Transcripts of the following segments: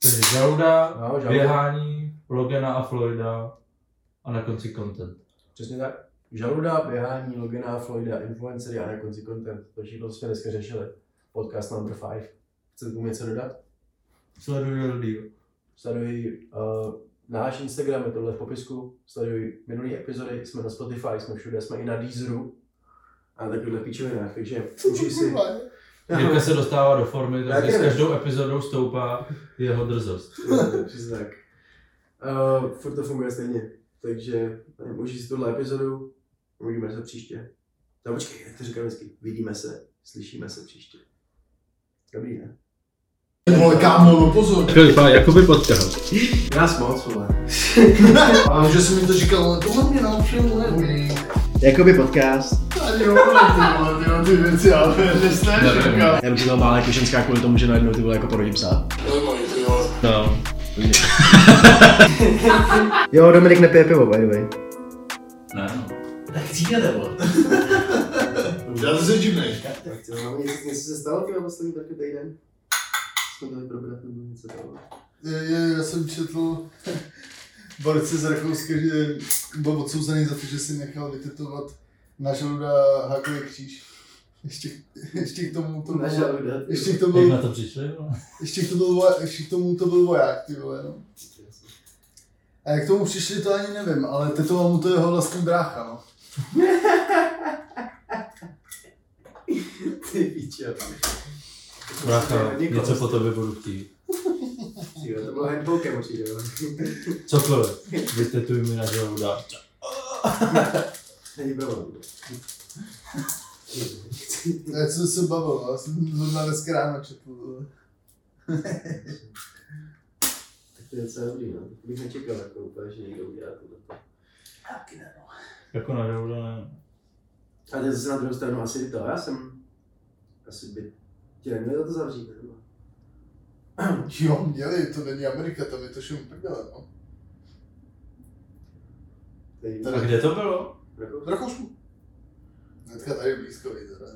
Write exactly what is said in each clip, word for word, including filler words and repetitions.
Takže žaluda, no, běhání, Logana a Floyda a na konci content. Přesně tak. Žaluda, běhání, Logana, Floyda, influencery a na konci content. To všechno jsme dneska řešili. Podcast number five. Chcete tomu něco dodat? Sleduj lidi. Sleduj uh, náš Instagram, je tohle v popisku. Sleduj minulý epizody, jsme na Spotify, jsme všude, jsme i na Deezeru. A na takovýchhle píčovinách, takže užij si. Jirka se dostává do formy, takže s každou epizodou stoupá jeho drzost. Přesně tak. Uh, furt to funguje stejně. Takže užij si tuhle epizodu. Uvidíme se příště. No počkej, jak to říkám vždycky. Vidíme se, slyšíme se příště. Dobrý, ne? Vole, kámo, no pozor. Filipa, jakoby podcast. Nás moc, vole. Ale že jsem mi to říkal, ale tohle mě naučil, nevím. Jakoby podcast. Tady jo, ty vole, ty věci, já že jste říkal. Já bych si mal jako ženská kvůli tomu, že najednou ty vole jako porodím psa. No. Jo, Dominik nepije pivo, by the way. Ne, no. Tak říkáte, vole. Já to se divnej. Tak ty máme něco, něco se stalo tyhle poslední taky týden? Jsme měli probrat nebo něco toho. Já jsem četl borce z Rakouska, že byl odsouzený za to, že si nechal vytetovat na žaluda hákový kříž. Ještě, ještě k tomu to Na žaluda. Ještě k tomu Jak na to přišli? No? Ještě k tomu to byl, ještě k tomu to byl voják, ty vole, no. A jak k tomu přišli, to ani nevím, ale tetoval mu to jeho vlastní brácha, no. Ty píčo. Brácha, něco po tobě budu chtít. To bylo handpokem určitě, jo. Cokoliv. Vytetuj mi na žaluda. Není problém. Já jsem se bavil, já jsem zrovna dneska ráno četl. Tak to je docela dobrý, no. Bych nečekal jako úplně, že někdo udělá tohleto. Taky ne, no. Jako na žaluda ne. A to je zase na druhou stranu asi to, já jsem... Asi by ti neměli za to zavřít, nebo? Jo, měli, to není Amerika, tam je to všem prdele, no. A kde to bylo? V Rakousku. Hnedka tady blízko, teda.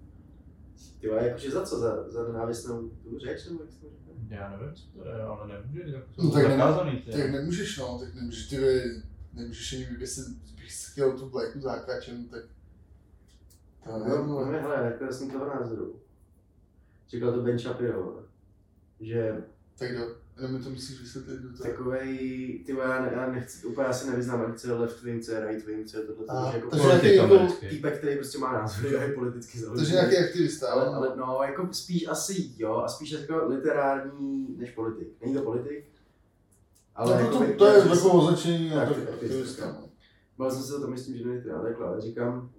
Ty vole, jakože za co? Za, za nenávistnou tu řeč, nebo jak jsi to říkal? Já nevím, co to je, ale nemůžu, jako No tak, zakázaný, ne, tak nemůžeš, no, tak nemůžeš, ty vy, nemůžeš ani vyvěsit, bych si chtěl tu vlajku zákačem, tak... To no, no, no, hele, jako jsem toho názoru. Říkal to Ben Shapiro, že... Tak jo, jenom mi to musíš vysvětlit do toho. Takovej, ty vole, já, ne, já nechci, úplně já si nevyznám, ani co je left wing, co je right wing, co je tohle, A, jako takže nějaký jako... týpek, který prostě má názory a je politicky založený. Takže nějaký aktivista, ale, ale no, jako spíš asi jo, a spíš jako literární než politik. Není to politik, ale no, jako to, by, to je jako, takové označení a tak, tak aktivista. Byl jsem se o tom myslím, že není teda takhle, ale říkám,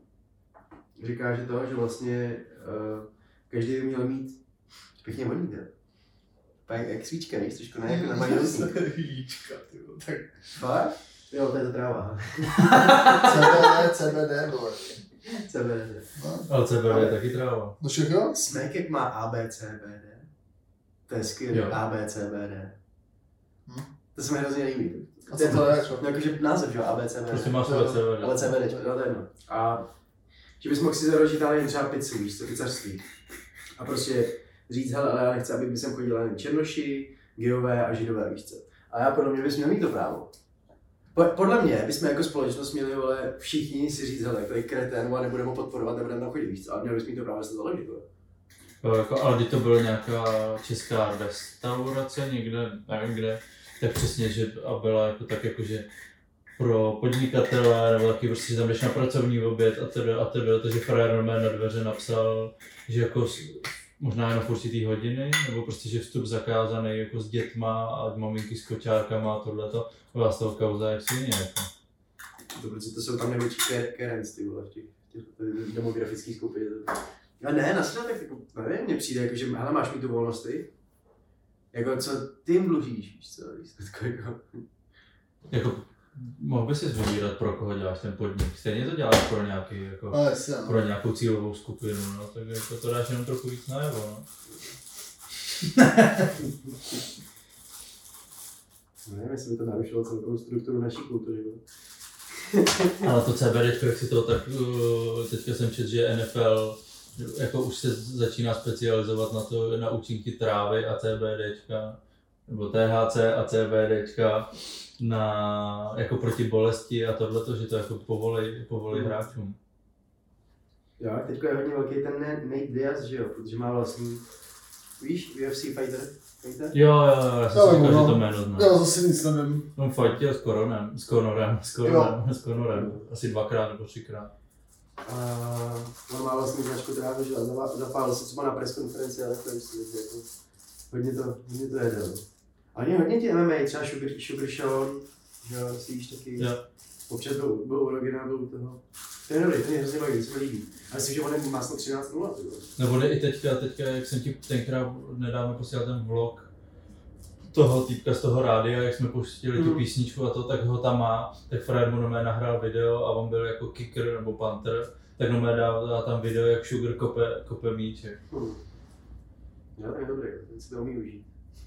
říká, že to, že vlastně uh, každý by měl mít pěkně voní, ne? Tak jak svíčka, víš, trošku ne, jako na mají nosí. Svíčka, tyjo, tak... Fakt? Jo, to je to tráva. C B D, C B D, vole. C B D. No. Ale C B D je taky tráva. No všechno? Smekek má A B C B D. To je skvělý, A B C B D. Hm? To se mi hrozně líbí. A co to je, čo? No jakože název, že A B C B D. Prostě má své C B D. Ale C B D, no to je jedno. A že bys mohl si založit ale třeba pizzu, víš co, pizzařství. A prostě říct, hele, ale já nechci, aby jsem chodila jen černoši, geové a židové, víš co. A já podle mě bys měl mít to právo. Podle mě bychom jako společnost měli, vole, všichni si říct, hele, to je kretén, a nebudeme ho podporovat, nebudeme tam chodit, víc, ale měli bychom mít to právo se založit, vole. Jo, jako, ale když to byla nějaká česká restaurace někde, nevím kde, tak přesně, že a byla jako tak jako, že pro podnikatele, nebo taky prostě, že tam jdeš na pracovní oběd a teda a teda, takže frajer normálně na dveře napsal, že jako možná jenom v určitý hodiny, nebo prostě, že vstup zakázaný jako s dětma a maminky s kočárkama a tohleto, byla z toho kauza jak svině, jako. To, protože to jsou tam největší kerenc, ty vole, v těch, těch demografických skupině. A ne, nasledně tak jako, nevím, mně přijde jako, že hele, máš mít tu volnost ty. Jako, co ty jim dlužíš, víš co, víš co, jako. Jako, mohl by si vybírat, pro koho děláš ten podnik. Stejně to děláš pro nějaký, jako, no, jasně, no. pro nějakou cílovou skupinu, no, tak jako to dáš jenom trochu víc najevo, no. Nevím, jestli by to narušilo celkovou strukturu naší kultury, no. Ale to CBDčko, jak si to tak, uh, teďka jsem četl, že N F L jako už se začíná specializovat na to, na účinky trávy a CBDčka. nebo T H C a CBDčka na, jako proti bolesti a tohleto, že to jako povolí, povolí hráčům. Jo, teďko je hodně velký ten Nate Diaz, že jo, protože má vlastní, víš, U F C fighter, fighter? Jo, jo, jo, já jsem si říkal, že to jméno znám. Já zase nic nevím. On fightil s Koronem, s Konorem, s Konorem, s Konorem, asi dvakrát nebo třikrát. A on má vlastní značku, která to žila, zapálil se třeba na press konferenci, ale to je jako, hodně to, hodně to jede. A hodně, hodně ti M M A, třeba Sugar, Sugar Sean, že jo, si víš taky, jo. Občas byl, byl u Rogena, byl u toho. To je dobrý, to je hrozně baví, to se mi líbí. A myslím, že on je má třináct nula. Nebo ne, i teďka, teďka, jak jsem ti tenkrát nedávno posílal ten vlog toho týpka z toho rádia, jak jsme pustili mm. tu písničku a to, tak ho tam má, tak Fred mu nomé nahrál video a on byl jako kicker nebo punter, tak nomé dá, dá tam video, jak Sugar kope, kope míček. Hmm. Jo, to je dobrý, ten si to umí užít.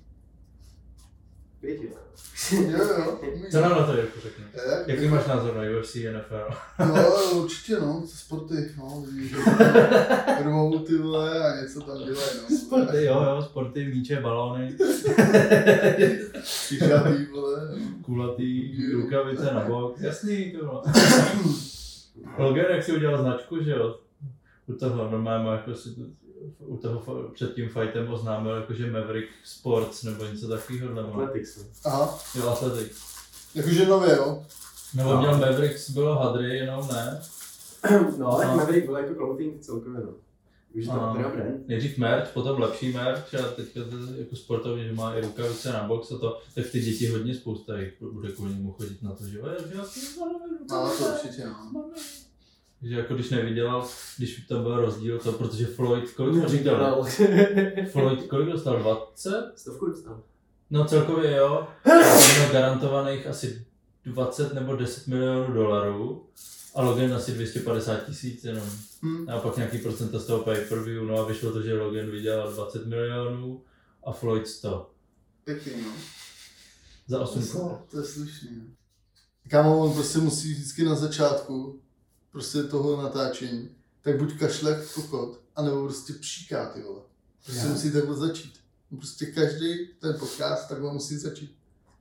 Pěti. Jo, jo. Co nám na to Jirku řekne? Jaký máš názor na U F C, N F L? No, určitě no, sporty, no, že rvou ty vole a něco tam dělají, no. Sporty, jo, jo, sporty, míče, balóny. Šichatý, vole. Kulatý, rukavice na bok, jasný, to bylo. Logan, jak si udělal značku, že jo? U toho normálně jako si u toho před tím fightem oznámil jakože Maverick Sports nebo něco takového. Athletics. Aha. Jo, Athletics. Jakože nově, jo? Nebo měl Mavericks, bylo hadry, jenom ne? No, ale Maverick byl jako clothing celkově, no. Už to teda brand. Nejdřív merch, potom lepší merch a teďka to jako sportovně, že má i rukavice na box a to, tak ty děti hodně spousta jich bude kvůli němu chodit na to, že jo, že já si no, to určitě, no. Že jako když nevydělal, když tam byl rozdíl to, protože Floyd, kolik jsme říkali? Floyd, kolik dostal? dvacet? Stovku dostal. No celkově jo, měl garantovaných asi dvacet nebo deset milionů dolarů a Logan asi dvě stě padesát tisíc jenom. Hmm. A pak nějaký procenta z toho pay-per-view, no a vyšlo to, že Logan vydělal dvacet milionů a Floyd sto. Pěkný, no. Za osm to, to je slušný, no. Kámo, on prostě musí vždycky na začátku prostě toho natáčení, tak buď kašle kokot, anebo prostě příká, ty vole. Prostě musí takhle začít. Prostě každý ten podcast takhle musí začít.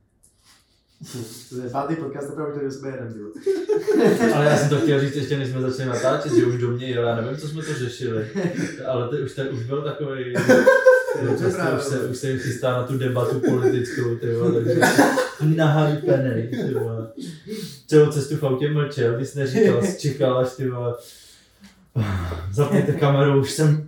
To je pátý podcast, opravdu to je sebe jeden, jo. Ale já jsem to chtěl říct ještě, než jsme začali natáčet, že už do mě jel, já nevím, co jsme to řešili, ale to, už, ten, už byl takovej, prostě, už, se, už se chystá na tu debatu politickou, ty vole, takže nahypenej, ty vole. Celou cestu v autě mlčel, bys neříkal, čekal až ty vole. Zapněte kameru, už jsem...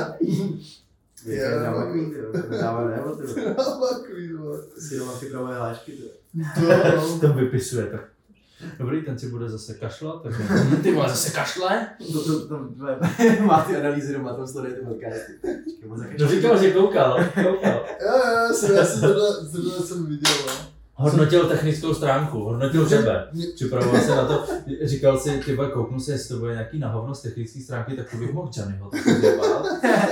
Dává kvít, jo. Dává nebo ty vole. Dává kvít, vole. Si doma ty pravé hlášky, to Tam vypisuje, tak. Dobrý, ten si bude zase kašlat, tak ty vole zase kašle? To, to, to, má ty analýzy doma, tam sleduje ty podcasty. No říkal, že koukal, koukal. Jo, jo, já jsem, já jsem tohle, tohle jsem viděl, no. Hodnotil technickou stránku, hodnotil tebe, připravoval se na to, říkal si, ty vole, kouknu se, jestli to bude nějaký nahovno z technické stránky, tak to bych mohl Johnnyho taky zjebat.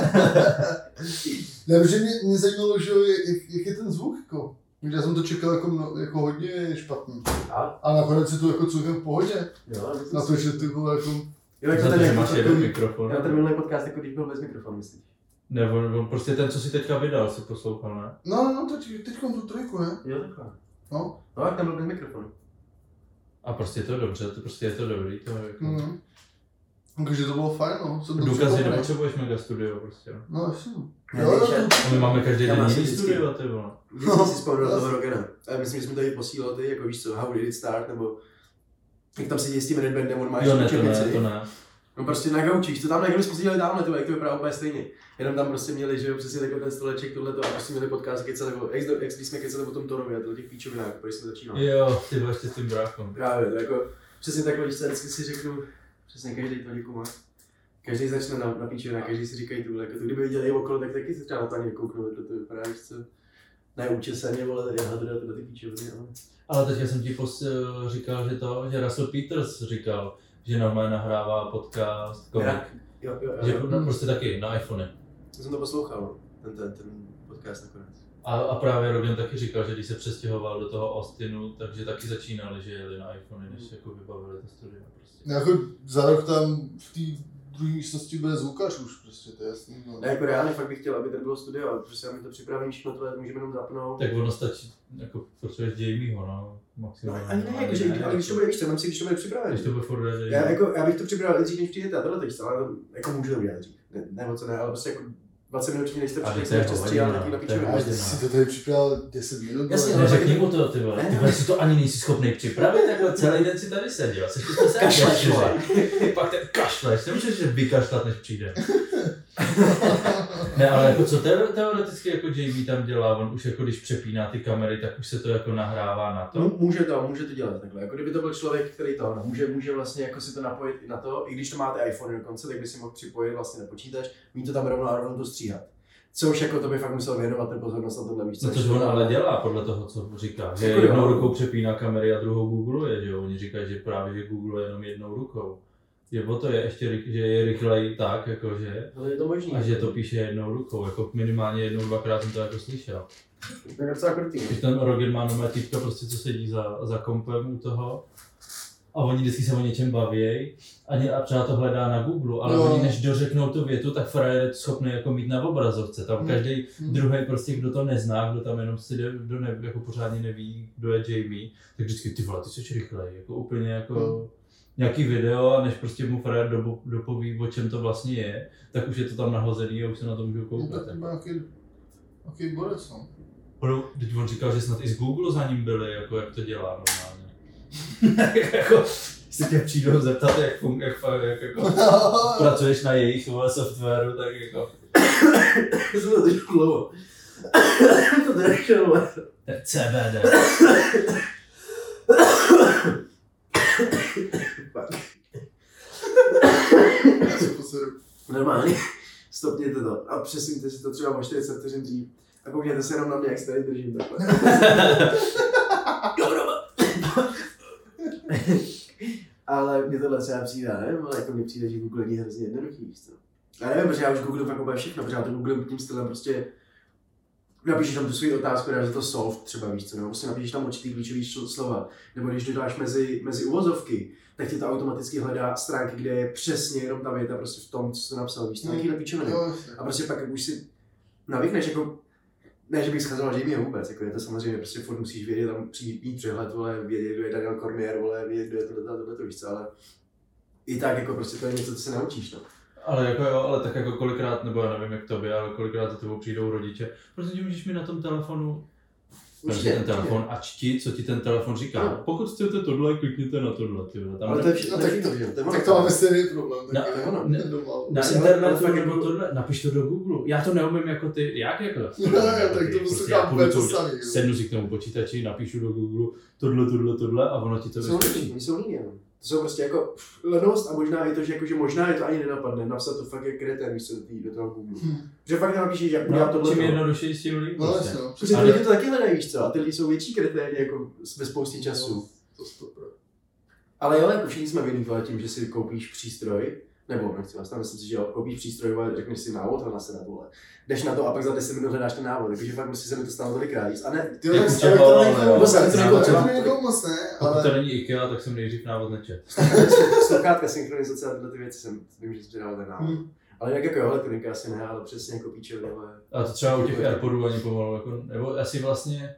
Ne, protože mě, mě zajímalo, že jak, jak je ten zvuk, jako. Já jsem to čekal jako, no, jako hodně špatný. A? A nakonec je to jako celkem v pohodě. Jo, na to, že ty bylo jako... Jo, jako ten, že máš jeden mikrofon. Já ten minulý podcast, jako když byl bez mikrofonu, myslíš? Ne, on, on prostě ten, co si teďka vydal, si poslouchal, ne? No, no, no, teď, teď tu trojku, ne? Jo, takhle. No. No, jak tam byl bez mikrofonu. A prostě je to dobře, to prostě je to dobrý, to jako... Mm. Takže to bylo fajn, no. Důkaz, že nepotřebuješ mega studio prostě. No, jasně. Jo, jo, a my máme každý den jiný studio, ty vole. Vždycky si vzpomněl toho Rogana. A myslím, že jsme tady posílali ty, jako víš co, How Did It Start, nebo jak tam sedí s tím Red Bandem, on má ještě ne, to ne, to ne. No prostě na gaučích, to tam někdo jsme posílali tamhle, to, jak to vypadá úplně stejně. Jenom tam prostě měli, že jo, přesně takový ten stoleček, tohleto a prostě měli podcast keca, nebo ex, ex když jsme kecali o tom Torovi a těch píčovinách, když jsme začínali. Jo, ty byl ještě s tím bráchom. Právě, to jako, přesně takhle, když se vždycky si řeknu, přesně každý to děku má. Každý začne na, na píčovinách, každý si říkají tuhle, jako to kdyby viděli i okolo, tak taky se třeba na to ani kouknou, to, to vypadá, víš co. Ne učeseně, vole, tady hadra, tyhle ty píčoviny, ale... Ale teď jsem ti pos, říkal, že to, že Russell Peters říkal, že normálně nahrává podcast, komik. Jo, jo, jo. Že no, prostě taky na iPhone. Já jsem to poslouchal, ten, ten, ten podcast nakonec. A, a právě Rogan taky říkal, že když se přestěhoval do toho Austinu, takže taky začínali, že jeli na iPhone, než jako vybavili to studio. Prostě. Jako za rok tam v té druhé místnosti bude zvukař už prostě, to je jasný. No. Ne, jako reálně fakt bych chtěl, aby tady bylo studio, ale prostě já mi to připravím, všechno tohle můžeme jenom zapnout. Tak ono stačí, jako potřebuješ Jamieho, no, maximálně. Ani ne, jako, že, ale když to bude, víš co, mám si, když to bude připravený. Když to bude furt Jamie. Já, jako, já bych to připravil dřív, než přijdete, a tohle to víš co, ale jako můžu to udělat dřív. Ne, ne, co ne, ale prostě jako dvacet minut předtím, než jste přišli, ještě stříhal nějaký napíčený. A ty si to tady připravil deset minut. Jasně, ale neřekni mu to, ty vole, ty vole, si to ani nejsi schopný připravit, takhle celý den si tady seděl, seš to se kašleš, pak ten kašleš, nemůžeš že vykašlat, než přijde. Ne, ale jako co teoreticky jako Jamie tam dělá, on už jako když přepíná ty kamery, tak už se to jako nahrává na to. No, může to, může to dělat takhle, jako kdyby to byl člověk, který to, no, může, může vlastně jako si to napojit i na to, i když to máte iPhone dokonce, tak by si mohl připojit vlastně na počítač, mít to tam rovnou a rovnou to stříhat. Co už jako to by fakt musel věnovat ten pozornost na tohle víc. No to on ale dělá podle toho, co říká, že jako jednou jo. rukou přepíná kamery a druhou googluje, že jo, oni říkají, že právě že googluje jenom jednou rukou. Je o to je ještě, že je rychlej tak, jakože, ale je to možný. a že to píše jednou rukou, jako minimálně jednou, dvakrát jsem to jako slyšel. To je docela krutý. Když ten Roger má nové týpka, prostě co sedí za, za kompem u toho a oni vždycky se o něčem baví a, a třeba to hledá na Google, ale no. oni než dořeknou tu větu, tak frajer je schopný jako mít na obrazovce, tam Hmm. každý hmm. druhý prostě, kdo to nezná, kdo tam jenom si jde, kdo ne, jako pořádně neví, kdo je Jamie, tak vždycky ty vole, ty jsi rychlej, jako úplně jako hmm. nějaký video a než prostě mu frajer do, dopoví, o čem to vlastně je, tak už je to tam nahozený a už se na to můžu koukat. No tak to nějaký, nějaký borec, no. Teď on říkal, že snad i z Google za ním byli, jako jak to dělá normálně. jako, si tě přijdou zeptat, jak, fun, jak, jak jako, pracuješ na jejich softwaru, tak jako... To se to teď dlouho. To to je C B D. Normálně. Stopněte to a přesuňte si to třeba o čtyřicet vteřin dřív. A koukněte se jenom na mě, jak se tady držím takhle. Ale mě tohle třeba přijde, ne? Ale jako mně přijde, že Google je hrozně jednoduchý, víš co? Já nevím, protože já už Google fakt úplně všechno, protože já to Google tím stylem prostě napíšeš tam tu svou otázku, dáš to solve třeba, víš co, nebo prostě napíšeš tam určitý klíčový slova, nebo když dodáš mezi, mezi uvozovky, tak ti to automaticky hledá stránky, kde je přesně jenom ta věta prostě v tom, co jsi napsal, víš co, takovýhle píčoviny. A prostě pak, jak už si navykneš, jako, ne, že bych schazoval Jamieho vůbec, jako je to samozřejmě, prostě furt musíš vědět, tam přijít, mít přehled, vole, vědět, kdo je Daniel Cormier, vole, vědět, kdo je tohle, tohle, to víš co, ale i tak, jako prostě to je něco, co se naučíš, no. Ale jako jo, ale tak jako kolikrát, nebo já nevím jak tobě, ale kolikrát za tebou přijdou rodiče, prostě můžeš mi na tom telefonu Určitě, ten telefon a čti, co ti ten telefon říká. No. Pokud chcete tohle, klikněte na tohle, ty vole. Tam Ale to je všechno, no, tak, tak, to, to, to, tak to máme stejný problém, Na- taky, ono, ne, doma. Na Ale- internetu ale fakt nebo jako- tohle, napiš to do Google. Já to neumím jako ty, jak jako? Jo, jo, tak to prostě já chápu, půjdu to to- samý, jo. sednu si k tomu počítači, napíšu do Google tohle, tohle, tohle a ono ti to jsou vyskočí. líní, oni jsou líní, no. To jsou prostě jako lenost a možná i to, že, jako, že možná je to ani nenapadne, napsat to fakt jak kretén, víš co, do, tý, do toho Google. Hm. Že fakt napíšeš, jak udělat No, tohle. čím jednodušeji s tím líp. No prostě. jasně, no. Protože ty Ale- lidi to taky hledají, víš co, a ty lidi jsou větší kreténi jako ve spoustě času. To stopro. Ale jo, jako všichni jsme vinní tím, že si koupíš přístroj, nebo nechci vás tam, myslím si, že jo, koupíš přístroj, vole, řekneš si návod a nasedat, vole. Jdeš na to a pak za deset minut hledáš ten návod, takže fakt musí se mi to stalo tolikrát víc. A ne, Ty Jak ale už s je bavil, elektronikou jo. moc, Elektronikou s třeba- elektronikou moc ne, Pokud to ale není IKEA, tak jsem nejdřív návod nečet. sluchátka, synchronizace a tyhle ty věci jsem, vím, že jsem si dával ten návod. Hm. Ale jak jako jo, elektronika asi ne, ale přesně jako píčoviny, vole. A to třeba u těch Airpodů ani pomalu, jako, nebo asi vlastně,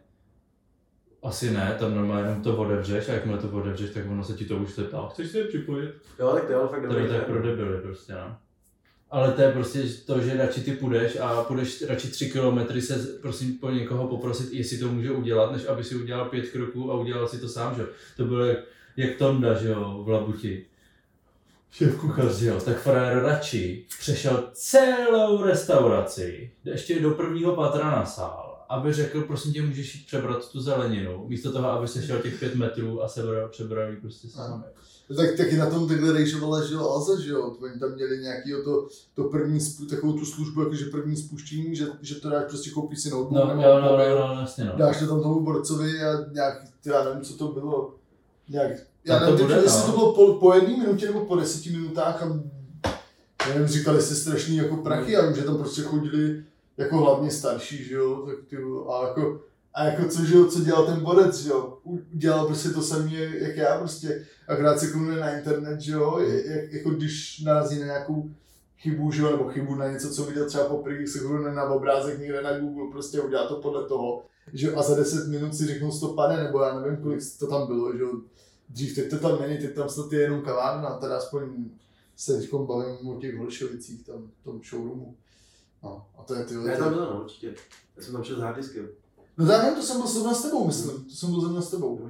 asi ne, tam normálně jenom to otevřeš a jakmile to otevřeš, tak ono se ti to už zeptá, chceš se je připojit? Jo, tak to je ale fakt To dobrý. je tak pro debily prostě, no. Ale to je prostě to, že radši ty půjdeš a půjdeš radši tři kilometry se prosím po někoho poprosit, jestli to může udělat, než aby si udělal pět kroků a udělal si to sám, že jo. To bylo jak, jak Tonda, že jo, v Labuti. Šéf kuchař, že jo, tak frajer radši přešel celou restauraci, ještě do prvního patra na sál, aby řekl, prosím tě, můžeš jít přebrat tu zeleninu, místo toho, aby se šel těch pět metrů a sebral, přebral ji prostě sám. tak taky na tom takhle rejžovala, že jo, Alza, že jo, oni tam měli nějakýho to, to první, spu- takovou tu službu, jakože první spuštění, že, že to dáš, prostě koupíš si notebook, No, nebo jo, no, mobil, no, no, jasně no. dáš to tam tomu borcovi a nějak, já nevím, co to bylo, nějak, já Tak to nevím, bude, teď, jestli no. to bylo po, po jedné minutě nebo po deseti minutách a nevím, říkali si strašný jako prachy, já vím, že tam prostě chodili jako hlavně starší, že jo, tak ty, a jako A jako co, že jo, co dělal ten borec, že jo, udělal prostě to samé, jak já prostě, akorát se komunuje na internet, že jo, jak, jako když narazí na nějakou chybu, že jo, nebo chybu na něco, co viděl třeba poprvé, se komunuje na obrázek někde na Google, prostě udělá to podle toho, že jo, a za deset minut si řeknou to pane, nebo já nevím, kolik to tam bylo, že jo, dřív teď to tam není, teď tam snad je jenom kavárna, teda aspoň se teďkom bavím o těch Holešovicích, tam v tom showroomu. No, a to je ty. Já tam byl, no, určitě. Já jsem tam šel s harddiskem. No tak nevím, to jsem byl zrovna s tebou, myslím. To jsem byl zrovna s tebou.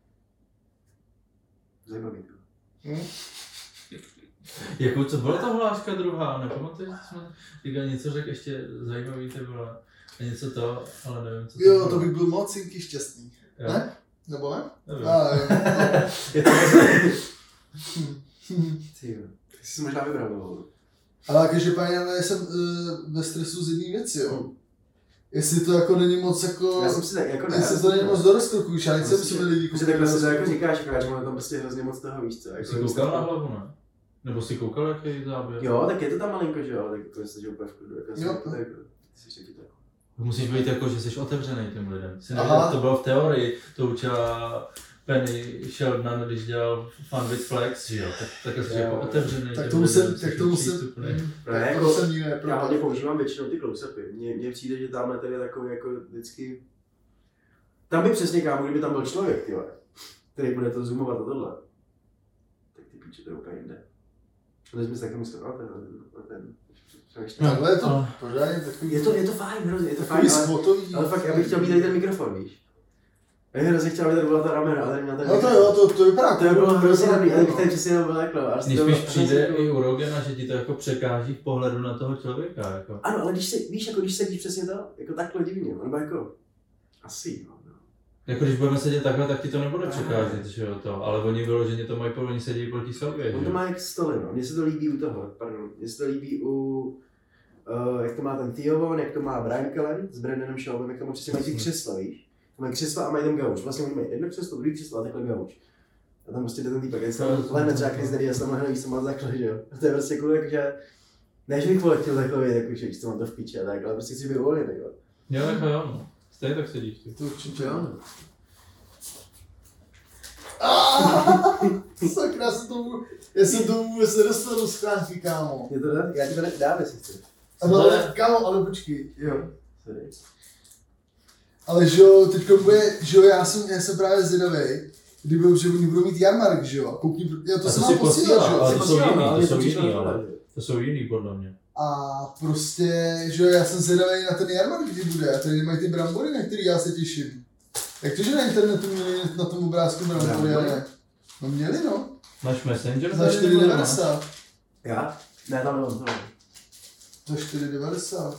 Zajímavý. Hm? Jako co byla ta hláška druhá, nepamatuješ, že jsme říkali něco řekl ještě zajímavý to bylo. A něco to, ale nevím co to Jo, bylo. to bych byl moc cinky šťastný. Jo. Ne? Nebo ne? Nevím. A, jo. Je to Ty jo. Ty jsi možná vybral toho. Ale každopádně já jsem uh, ve stresu z jedné věci, jo. Hmm. Jestli to jako není moc jako... Já jsem si tak jako ne. Jestli to není moc do rozkroku, já nechci, aby se mi lidi Prostě takhle se to jako říkáš, že máš tam prostě hrozně moc toho, víš co. Jako Jsi koukal na hlavu, ne? Nebo jsi koukal, jaký záběr? Jo, tak je to tam malinko, že jo, tak jako myslím, že úplně v klidu. Jako Jo. tak, ty jsi taky tak. Musíš být jako, že jsi otevřený těm lidem. Jsi Aha. nevěděl, to bylo v teorii, to učila Penny Sheldon, když dělal Fun with Flex, že jo, tak, tak jsi Jo. jako otevřený Tak těm to musím, lidem, tak jsi to musím... přístupný. Mm, Ne, tak jako- to jsem nikdy Já nepropadl. hlavně používám většinou ty close-upy. Mně, mně přijde, že tamhle tady je takový jako vždycky... Tam by přesně kámo, kdyby tam byl člověk, tyhle, který bude to zoomovat a tohle. Tak ty píče, to je úplně jinde. A teď jsme se taky mysleli, no ten, no ten, přemýšlím. Takhle je to Ale- pořádně takový... Je to, je to fajn, hrozně, je to fajn, Takový ale, spotový. ale fakt, já bych chtěl mít tady ten mikrofon, víš. Já bych hrozně chtěl, aby tady byla ta ramena, ale tady na ten No to jo, to, to vypadá. To je bylo hrozně to- dobrý, ale bych tady přesně jenom vylekl. Když spíš přijde i u Rogena, že ti to jako překáží v pohledu na toho člověka, jako. Ano, ale když se, víš, jako když sedíš přesně to, jako takhle divně, nebo jako, asi, no, no. Jako když budeme sedět takhle, tak ti to nebude překážet, že jo to, ale oni vyloženě to mají, oni sedí proti sobě, že On to jo. má jak stoly, no. Mně se to líbí u toho, pardon, mně se to líbí u, uh, jak to má ten Theovon, jak to má Brian Cullen s Brandonem Sheldom, jak to má přesně mají ty křesla, víš. Mají křesla a mají ten gauč, vlastně oni mají jedno křeslo, druhý křeslo a takhle gauč. A tam prostě jde ten týpek, když tam lehne třeba Chris Daly, já jsem tam víš, co má takhle, že jo. A to je prostě cool, jakože, ne, že bych vole chtěl takhle vědět, jakože, víš, co mám to v piči a tak, ale prostě chci být uvolněný, jo. Jo, jako jo, no. Stejně tak sedíš, ty. To určitě Jo, jo. no. Sakra, já jsem tomu, já jsem tomu vůbec nedostal do schránky, kámo. Je to dát? Já ti to dám, jestli chci. No, ale, kámo, ale počkej, jo. Sorry. Ale že jo, teďka bude, že jo, já jsem, já jsem právě zvědavý, kdyby, že oni budou mít jarmark, že jo, koukni, jo, to A jsem to vám si posílal, posílal, že jo. ale Si to jsou posílám, jiný, ale to je jsou příště jiný, na ale tohle. to jsou jiný podle mě. A prostě, že jo, já jsem zvědavý na ten jarmark, kdy bude, a tady mají ty brambory, na který já se těším. Jak to, že na internetu měli na tom obrázku brambory, ale ne? No měli, no, Máš Messenger? za tady čtyři nebo nemáš? devadesát. Já? Ne, tam nemám to. Za čtyři devadesát.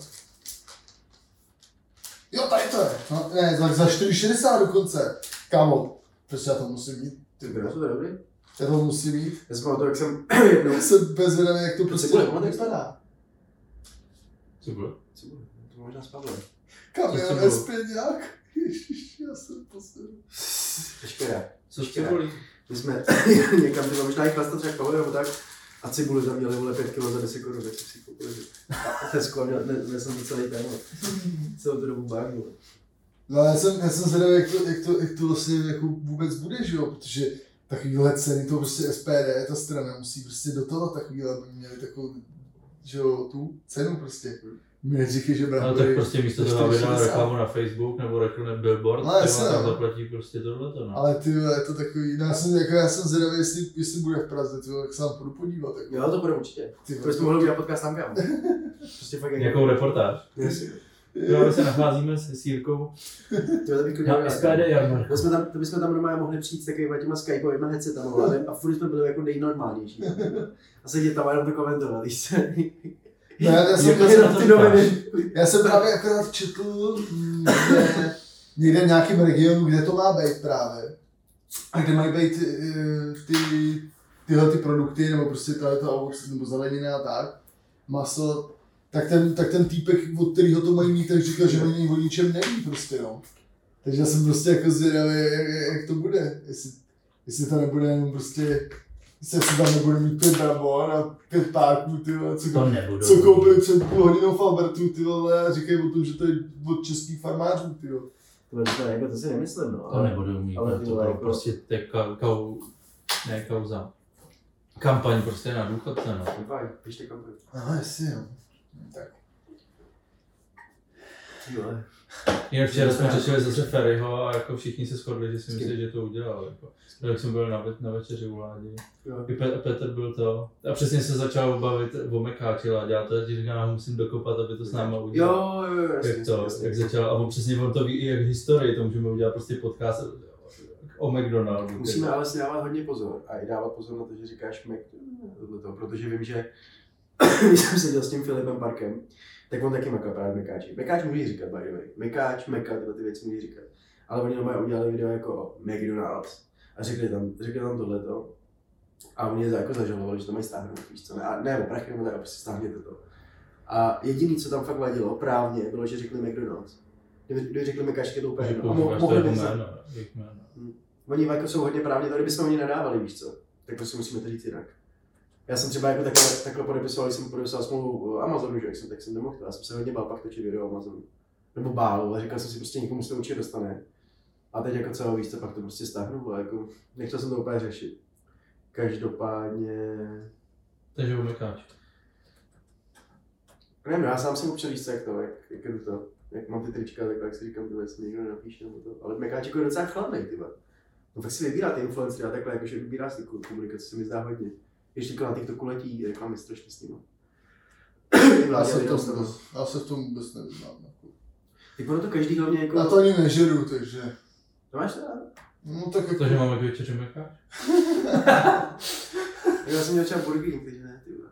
Jo, tady to je. No, ne, za, za čtyři šedesát dokonce. Kámo, prostě já to musím mít. Ty Ty bro. to je dobrý. Já to musím mít. Já jsem pamatuju, jak jsem jednou... Já jsem bezvědavý, jak to prostě bude, jak vypadá. Co bylo? Co bude? To možná s Pavlem. Kamion Co to bylo? Espeňák. Ježiš, já jsem posledný. Počkej, Co tě bolí? my jsme někam, ty možná i chlasta třeba k Pavlu nebo tak, a cibuli tam měli vole pět kilo za deset korun, tak jsem si koupil. A Tesco a měl, ne, ne, jsem to celý ten, celou tu dobu bágnu. No já jsem, já jsem zvědavý, jak to, jak to, jak to vlastně jako vůbec bude, že jo, protože takovýhle ceny, to prostě S P D, ta strana musí prostě dotovat takovýhle, aby měli takovou, že jo, tu cenu prostě. Mi neříkej, že No tak brambory prostě místo toho, aby dal reklamu na Facebook nebo reklamu billboard, No, no, jasně, tam no. zaplatí prostě tohleto, no. Ale ty vole, je to takový, no já jsem, jako já jsem zvědavý, jestli, jestli bude v Praze, ty vole, tak se tam půjdu podívat, jako. Jo, to bude určitě. Ty To jsme mohli udělat podcast tam kam. Prostě fakt Nějakou reportáž. Jasně. Jo, my se nacházíme s s Jirkou Jo, to bych na S P D jarmarku. To jsme tam, to bychom tam normálně mohli přijít s takovýma těma Skypeovýma headsetama vole, a furt jsme byli jako nejnormálnější. A sedět tam a jenom to komentovat, víš co? No, já, já, jsem, Jako já, se jsem, na to ty noviny. já jsem právě akorát četl mm, někde, někde v nějakém regionu, kde to má být právě. A kde mají být eh, ty, tyhle ty produkty, nebo prostě tady to ovoce, nebo zelenina a tak, maso, tak ten, tak ten týpek, od kterého to mají mít, tak říkal, že oni o ničem neví prostě, no. Takže já jsem prostě jako zvědavý, jak, jak to bude, jestli, jestli to nebude jenom prostě, jestli tam nebude mít pět brambor a pět párků, ty vole, co, To nebudu. co koupili před půl hodinou v Albertu, ty vole, a říkají o tom, že to je od českých farmářů, ty vole. To, to, jako, to si nemyslím, no. To nebudou mít, ale to bylo jako... prostě te, ka, kau, ne kauza. Kampaň prostě na důchodce, no. Kampaň, pište kampaň. Aha, jasně, jo. Tak. Jinak včera jsme řešili zase Ferryho a jako všichni se shodli, že si myslí, že to udělal. Jako. Tak jsem byl na, ve, na večeři u Ládi. I Pe- Petr byl to. A přesně se začal bavit o Mekáči Láďa a to ti říká, musím dokopat, aby to s náma udělal. Jo, jo, jo, jasně, jak to, jasně. jak začal, a on přesně on to ví i jak historii, to můžeme udělat prostě podcast o McDonaldu. Musíme ale si dávat hodně pozor a i dávat pozor na to, že říkáš McDonald, protože vím, že když jsem seděl s tím Filipem Parkem, tak on taky makal právě Mekáči. Mekáč může říkat, by the way. Mekáč, Meka, tyhle ty věci může říkat. Ale oni normálně udělali video jako McDonald's a řekli tam, řekli tam tohleto. A oni jako zažalovali, že to mají stáhnout, víš co, ne, a ne, o prachy nebo tak, prostě stáhněte to. A jediný, co tam fakt vadilo právně, bylo, že řekli McDonald's. Kdyby, kdyby řekli Mekáč, je to úplně jedno. A mo- mohli by se... Hmm. Oni jako jsou hodně právně, to kdybychom oni nedávali, víš co, tak prostě musíme to říct jinak. Já jsem třeba jako takhle, takhle podepisoval, když jsem podepisoval smlouvu Amazonu, že jsem, tak jsem nemohl to. Já jsem se hodně bál pak točit video Amazonu. Nebo bál, ale říkal jsem si prostě někomu se to určitě dostane. A teď jako celou víc, pak to prostě stáhnu a jako nechtěl jsem to úplně řešit. Každopádně... Takže Mekáč. Nevím, já sám jsem občas víc jak to, jak, jak jdu to. Jak mám ty trička, tak jak si říkám, tyhle si někdo nenapíše nebo to. Ale Mekáč jako je docela chladnej, tyhle. No tak si vybírá ty influencery a takhle, jakože vybírá si ty komunikace, se mi zdá hodně. Ještě na TikToku letí reklamy strašně s tím. Já se, to, já se v tom vůbec nevyznám. Tak ono to každý hlavně jako... Já to ani nežeru, takže... To máš rád? No tak jako... Takže máme k večeři Mekáč? Já jsem měl třeba Burger King, takže ne, ty vole.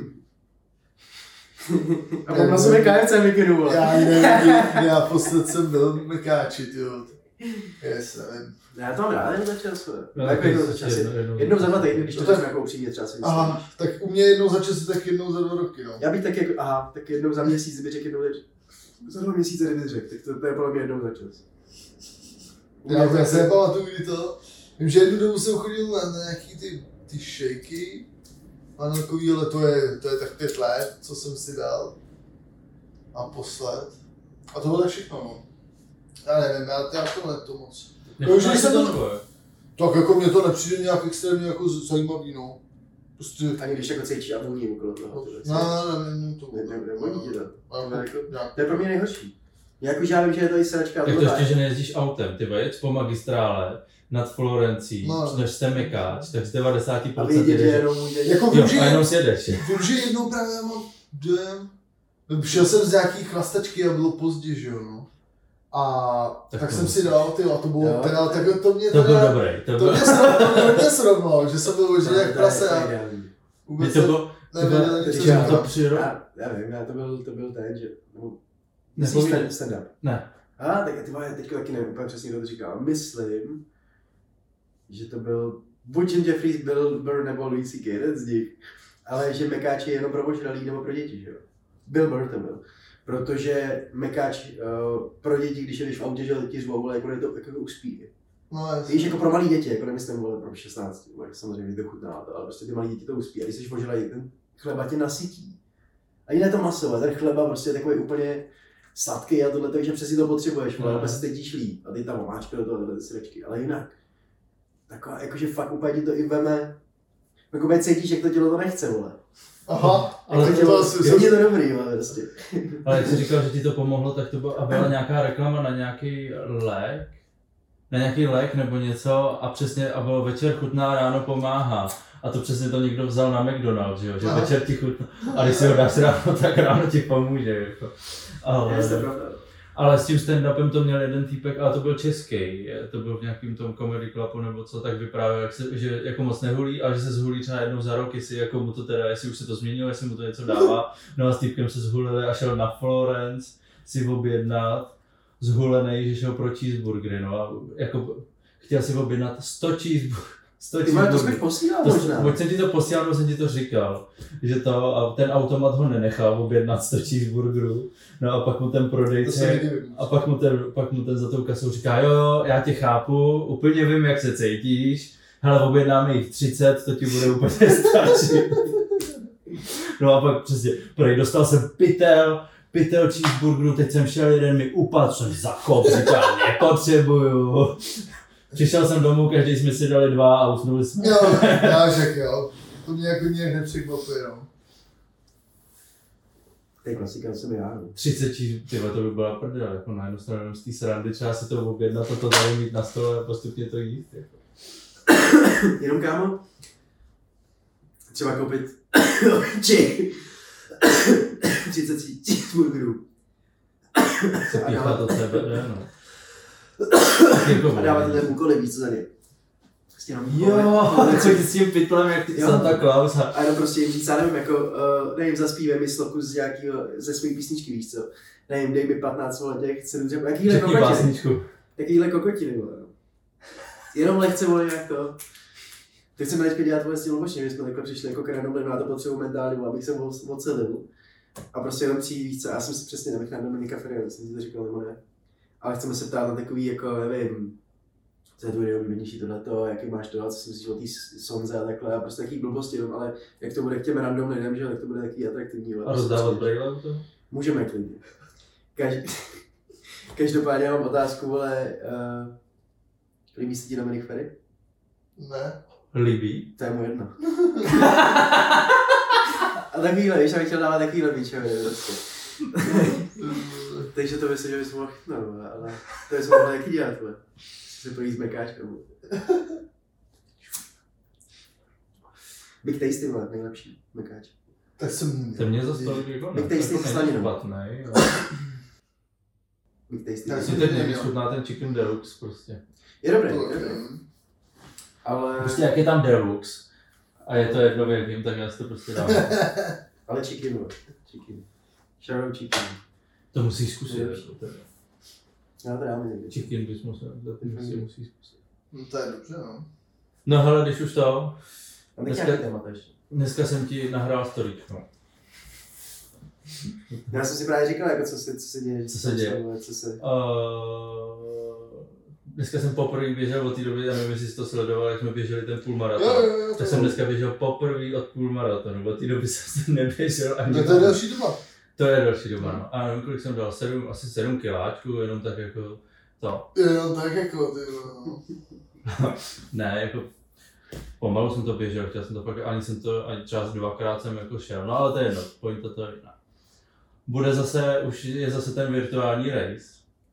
A potom jsme K F C Mikinu, vole. Já nevím, já posled jsem byl v Mekáči, tyjo. Yes, nevím. Já to mám rád, jen za čas, No, tak jednou za čas. jednou, jednou, Jednou za dva týdny, když to No tak- řeknu jako upřímně třeba si myslím. Aha, tak u mě jednou za čas, tak jednou za dva roky, no. Já bych tak jako, aha, tak jednou za měsíc bych řekl, jednou za dva měsíce kdybych řekl, tak to, to je podle mě jednou za čas. Já, já se nepamatuju, kdy to. Vím, že jednu dobu jsem chodil na, na nějaký ty, ty shaky. A na takový, ale to je, to je tak pět let, co jsem si dal. A posled. A to bylo tak všechno, no. Já nevím, já, já to ne to moc. Jako už když jsem to- to... Tak jako mně to nepřijde nějak extrémně jako zajímavý, no. Prostě... Ani když jako cítíš a vůní okolo toho. ty věci. Ne, ne, ne, ne, to... Ne, ne, nevoní tě to. Ale jako, nějak... To je pro mě nejhorší. Jako já vím, že je to i sračka. Tak to ještě, že nejezdíš autem, ty jedeš po magistrále nad Florencí, No. než jste Mekáč, tak z devadesát A procent vědět, že jedeš. jenom může... Jako Jo, vím, že, a jenom si jedeš. vím, že jednou právě já mám dojem... Šel jsem z nějaký chlastačky a bylo pozdě, že jo, no. A tak, Tak tak to jsem musí. si dal, ty, a to bylo Jo. teda, tak to mě To byl teda... dobrý, to To byl... mě srovnalo, to mě hodně srovnalo, že jsem byl možná jak prase a Mě vůbec to jsem bylo, nevěděl, to jak bylo, to že mu to říkám. přiro... Já, já nevím, já to byl, to byl ten, že... nebo- Nepovídej. Myslíš stand-up? Ne. A tak ty vole, já teďka taky nevím úplně přesně, kdo to říkal. Myslím, že to byl buď Jim Jeffries, Bill Burr nebo Louis C K, jeden z nich. Ale že Mekáč je jenom pro ožralý nebo pro děti, že jo? Bill Burr to byl. Protože Mekáč uh, pro děti, když jedeš v autě, že ti řvou, ale jako je to jako uspí. No, jasně. Víš, jako pro malé děti, jako nemyslím, vole, pro šestnáct, vole, samozřejmě to chutná, ale prostě ty malé děti to uspí. A když jsi ožralý, ten chleba tě nasytí. A jiné to maso, ten chleba prostě je takový úplně sladký a tohle, takže přesně to potřebuješ, ale No. se cítíš líp a ty tam omáčka do toho, tyhle ty sračky, ale jinak. Taková, jakože fakt úplně ti to i veme, jako cítíš, jak to tělo to nechce, vole. Aha, Ale Jak to, to tělo, to asi je to dobrý, vole, prostě. Ale jak jsi říkal, že ti to pomohlo, tak to byla, a byla nějaká reklama na nějaký lék? Na nějaký lék nebo něco a přesně, a bylo večer chutná, ráno pomáhá. A to přesně to někdo vzal na McDonald's, že, jo? Že Aha. večer ti chutná, a když si ho dáš ráno, tak ráno ti pomůže. Jako. Ale, Je to pravda. ale s tím stand-upem to měl jeden týpek, ale to byl český, to byl v nějakým tom comedy clubu nebo co, tak vyprávěl, jak se, že jako moc nehulí, ale že se zhulí třeba jednou za rok, jestli jako mu to teda, jestli už se to změnilo, jestli mu to něco dává. No a s týpkem se zhulili a šel na Florence si objednat, zhulený, že šel pro cheeseburgery, no a jako chtěl si objednat sto cheeseburgerů. Ty vole, to jsi mi posílal možná. Buď jsem ti to posílal, nebo jsem ti to říkal, že to, a ten automat ho nenechal objednat sto cheeseburgerů, no a pak mu ten To se prodejce, nedivím. a pak mu ten, pak mu ten za tou kasou říká, jo jo, já tě chápu, úplně vím, jak se cítíš, hele, objednáme jich třicet, to ti bude úplně stačit. No a pak přesně, prej, dostal jsem pytel, pytel cheeseburgerů, teď jsem šel, jeden mi upadl, jsem zakop, říkal, nepotřebuju. Přišel jsem domů, každý jsme si dali dva a usnuli jsme. Jo, já řekl jo. To mě jako nějak nepřekvapuje, no. To je klasika, to jsem já, no. třicet cheese, tyhle, to by byla prdel, jako na jednu stranu z té srandy, třeba si to objednat a to tady mít na stole a postupně to jíst. Jako. Jenom kámo, třeba koupit oči, třicet cheeseburgerů. Se píchat od sebe, ne, no. A dávat tyhle úkoly, víc co za ně. Prostě jenom Jo, chodit s tím pytlem jak ty Santa Claus. A jenom prostě jim říct, já nevím, jako, uh, nevím, zaspívej mi sloku z nějakého, ze své písničky, víš co. Nevím, dej mi patnáct vole těch, sedm třeba, jakýhle kokotiny. Jakýhle kokotiny, vole, no. Jenom lehce, vole, nějak to. Teď chceme teďka dělat vole s tím lobočně, my jsme takhle přišli jako k randomly, a to potřebuji mentálně, vole, abych se ocelil. A prostě jenom přijít, víc co, já jsem si přesně nevych na Dominika Ferriera, jsem si to říkal, nebo ne. Ale chceme se ptát na takový, jako, nevím, co je tvoje nejoblíbenější tohleto, jaký máš to, co si myslíš o té sonze a takhle, a prostě takový blbosti jenom, ale jak to bude k těm random lidem, že tak to bude takový atraktivní. A rozdávat brejle to? Můžeme klidně. Každý... Každopádně mám otázku, vole, uh, líbí se ti Dominik Ferry? Ne. Líbí? To je mu jedno. A takovýhle, víš, abych chtěl dávat takovýhle píčově, prostě. Takže to myslím, že bys mohl chytnout, ale to bys mohl taky dělat, vole. Se projít s mekáčkem. Big Tasty, vole, nejlepší mekáč. Tak jsem... To mě zase tolik jako Big Tasty se slaninou. špatnej. Big Tasty. Já Si teď nejvíc chutná ten chicken deluxe prostě. Je dobrý, je dobrý. Ale... Prostě jak je tam deluxe a je to jedno v jakým, tak já si to prostě dám. Ale chicken, vole. Chicken. Shoutout chicken. To musíš zkusit. Já to dáme někdy. Chicken bys musel, to ty prostě musíš zkusit. No to je dobře, no. No hele, když už to, Mám Dneska- nějaký témata ještě. dneska jsem ti nahrál storyčko. Já jsem si právě říkal, jako co se, co se děje. Co se děje? Co se... Uh, dneska jsem poprvé běžel od té doby, já nevím, jestli jsi to sledoval, jak jsme běželi ten půlmaraton. Jo, jo, jo. Tak jsem dneska běžel poprvé od půlmaratonu, od té doby jsem neběžel ani. No to je další doba. To je další doba, no. A nevím, kolik jsem dal, sedm, asi sedm kiláčků, jenom tak jako to. Jo, tak jako, ty no. Ne, jako pomalu jsem to běžel, chtěl jsem to fakt, ani jsem to, ani třeba dvakrát jsem jako šel, no ale to je jedno, pointa to je jiná. Bude zase, už je zase ten virtuální race.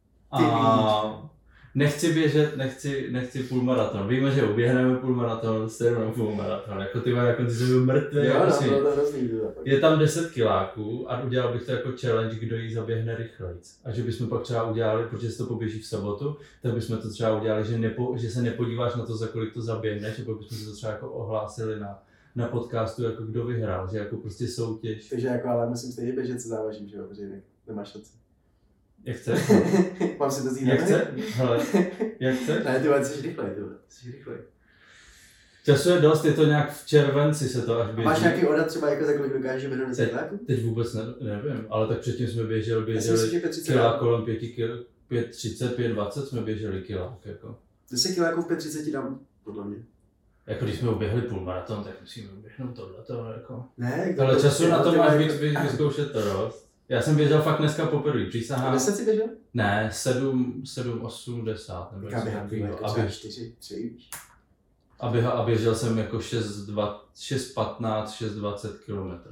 A nechci běžet, nechci, nechci půlmaraton. Víme, že uběhneme půlmaraton, stejnou půlmaraton, jako ty jako ty jsi byl mrtvý. Jo, Jako no, to hrozný. je tam deset kiláků a udělal bych to jako challenge, kdo jí zaběhne rychlejc. A že bychom pak třeba udělali, protože se to poběží v sobotu, tak bychom to třeba udělali, že, nepo, že se nepodíváš na to, za kolik to zaběhneš, a pak bychom to třeba jako ohlásili na, na podcastu, jako kdo vyhrál, že jako prostě soutěž. Takže jako, ale musím stejně běžet, co závažím, že jo, protože jinak nemáš šanci. Jak chce? Mám si to zjít Jak chce? Hele, jak chce? Ne, ty vole, jsi rychlej, ty vole, jsi rychlej. Času je dost, je to nějak v červenci se to až běží. Máš nějaký odhad třeba, jako za kolik dokážeš běhnout deset kiláků? Teď vůbec ne, nevím, ale tak předtím jsme běželi, Já si myslím, běželi že pět třicet. kilá kolem pět kil, pět třicet, pět dvacet jsme běželi kilák, jako. deset kiláků v pět třicet dám, podle mě. Jako když jsme uběhli půlmaraton, tak musíme uběhnout tohleto, jako. Ne, Ale času na to ty máš vole, víc vy- vyzkoušet to dost. Já jsem běžel fakt dneska poprvé, A přísahám. deset si běžel? Ne, sedm, sedm, osmdesát nebo Já něco běhám, ty vole, takového. jako A, třeba běž, čtyři, tři, víš. a, běha, a běžel jsem jako šest patnáct, šest dvacet kilometrů.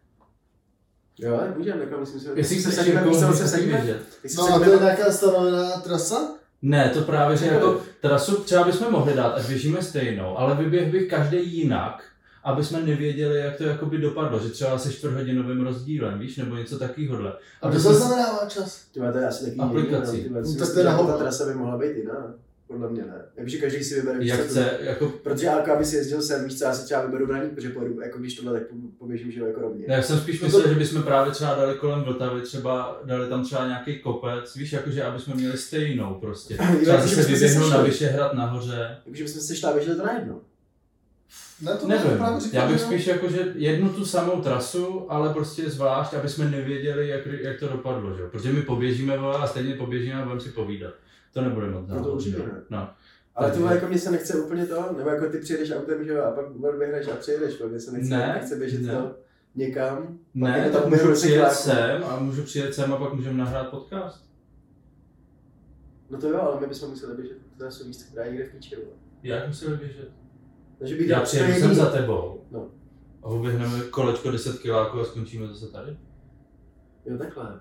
Jo, tak můžeme, takhle myslím si. Jestli se chceš vsadíme, jako víš, co se můžeš vsadíme? běžet. Jak se No a to je vsadíme- nějaká stanovená trasa? Ne, to právě, že Ne. jako trasu třeba bychom mohli dát, ať běžíme stejnou, ale vyběh bych každý jinak, aby jsme nevěděli, jak to jakoby dopadlo, že třeba se čtvrthodinovým rozdílem, víš, nebo něco takovýhodle. A Aby to jsme- zaznamenává čas. Ty vole, to je asi taky Aplikací. jiný, no, ty vole, No, si tak myslím, to je že na jako hovno. ta trasa by mohla být jiná. Podle mě ne. Jakože každý si vybere, víš, Jak co to- chce, jako, Protože jako aby si jezdil sem, víš co, já si třeba vyberu braník, protože pojedu, jako když tohle, tak po- poběžím, že jako rovně. ne, já jsem spíš myslel, že bychom právě třeba dali kolem Vltavy, třeba dali tam třeba nějaký kopec, víš, jakože aby jsme měli stejnou prostě. Jo, Třeba jakože zase bychom se vyběhnout na sešli. Vyšehrad nahoře. Jakože bychom se šli a běželi to najednou. Ne, to Nevím, právě říkal, já bych že jo? spíš jakože jednu tu samou trasu, ale prostě zvlášť, aby jsme nevěděli, jak, jak to dopadlo, že jo. Protože my poběžíme vole, a stejně poběžíme a budeme si povídat. To nebude moc No to náhodný, určitě jo. ne. No. Ale Takže- ty jako mě se nechce úplně to, nebo jako ty přijedeš autem, že jo, a pak vyhraješ a přijedeš, pak mě se nechce, Ne, nechce běžet ne. to. někam. Ne, tak můžu přijet sem a můžu přijet sem a pak můžeme nahrát podcast. No to jo, ale my bychom museli běžet, to jsou místa, která je někde v píči. Jak museli běžet? Takže bych Já přijedu sem za tebou. No. A oběhneme kolečko deset kiláků a skončíme zase tady. Jo, takhle.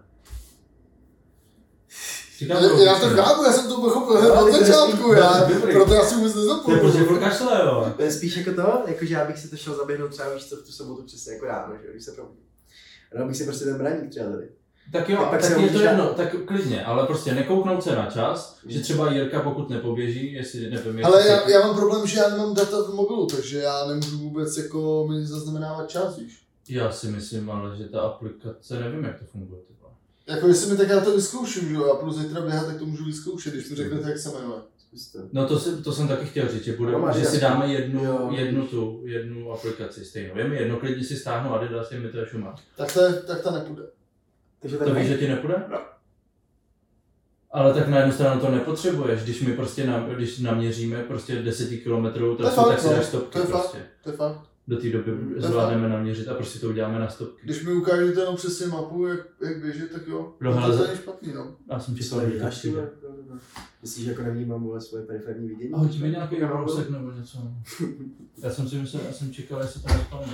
Říkám, já, já to chápu, já jsem to pochopil hned od začátku, já, proto já si vůbec nezapomněl. To je prostě kašle, jo. To je spíš jako to, jakože já bych si to šel zaběhnout třeba víš co v tu sobotu přesně jako ráno, že když se probudím. A dal bych si prostě ten braník třeba tady. Tak jo, tak, tak je to jedno, tak klidně, ale prostě nekouknout se na čas, že třeba Jirka pokud nepoběží, jestli nevím, ale já, se... já mám problém, že já nemám data v mobilu, takže já nemůžu vůbec jako mi zaznamenávat čas, víš. Já si myslím, ale že ta aplikace, nevím jak to funguje. Tyba. Jako jestli mi tak já to vyzkouším, že jo, já půjdu zítra běhat, tak to můžu vyzkoušet, když mi řeknete, jak se jmenuje. No to, si, to jsem taky chtěl říct, že, bude, no, že si dáme jednu, jo, jednu tu, jednu aplikaci stejnou. Je mi jedno, klidně si stáhnu Adidas, je mi to je šumá. Tak, to, tak ta nepůjde. Takže to víš, že ti nepůjde? No. Ale tak na jednu stranu to nepotřebuješ, když my prostě na, když naměříme prostě deset kilometrů trasu, tak si dáš stopky to je prostě. Fakt, to je fakt. Do té doby zvládneme naměřit a prostě to uděláme na stopky. Když mi ukážete jenom přesně mapu, jak, jak běžet, tak jo. No, to hele, je špatný, no. Já jsem čekal, že to přijde. Myslíš, že jako nevnímám vůbec svoje periferní vidění? A hoď mi nějaký rousek nebo něco. Já jsem si myslel, já jsem čekal, jestli to nespadne.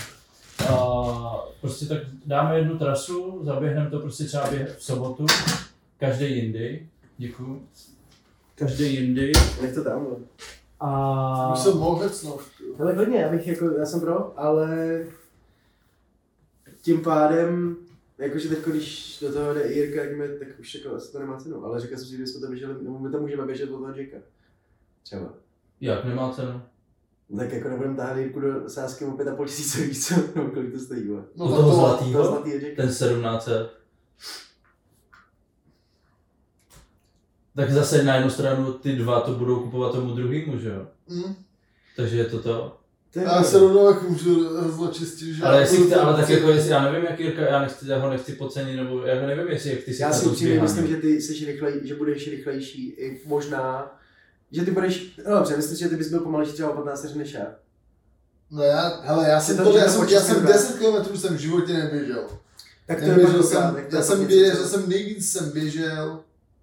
A prostě tak dáme jednu trasu, zaběhneme to prostě třeba v sobotu, každý jindy, děkuju. Každý jindy. Nech to tam, no. A... Už jsem mohl hecnout. Ale hodně, já bych jako, já jsem pro, ale tím pádem, jakože teď, když do toho jde Jirka, jak mi, tak už jako asi to nemá cenu, ale říkal jsem si, že jsme to běželi, nebo my to můžeme běžet od toho Jacka. Třeba. Jak nemá cenu? Tak jako nebudeme tahat Jirku do Sázky o pět a půl tisíce, víc co, nebo kolik to stojí, no, no toho zlatýho, toho zlatýho ten sedmnáct set. Tak zase na jednu stranu ty dva to budou kupovat tomu druhýmu, že jo? Mm. Takže je to to. Já se rovnou jako můžu zločistit, že... Ale jestli chce, ale tak jako jestli, já nevím jak Jirka, já, nechci, já ho nechci podcenit, nebo já nevím jestli jak ty si já si upřímně myslím, že ty jsi rychlej, že budeš rychlejší, i možná, že ty budeš, no dobře, myslím, že ty bys byl pomalejší třeba o patnáct vteřin než já. No já, hele, já jsem, to, já jsem, já jsem deset kilometrů jsem v životě neběžel. Tak to neběžel jsem, jsem, já jsem běžel, jsem nejvíc jsem běžel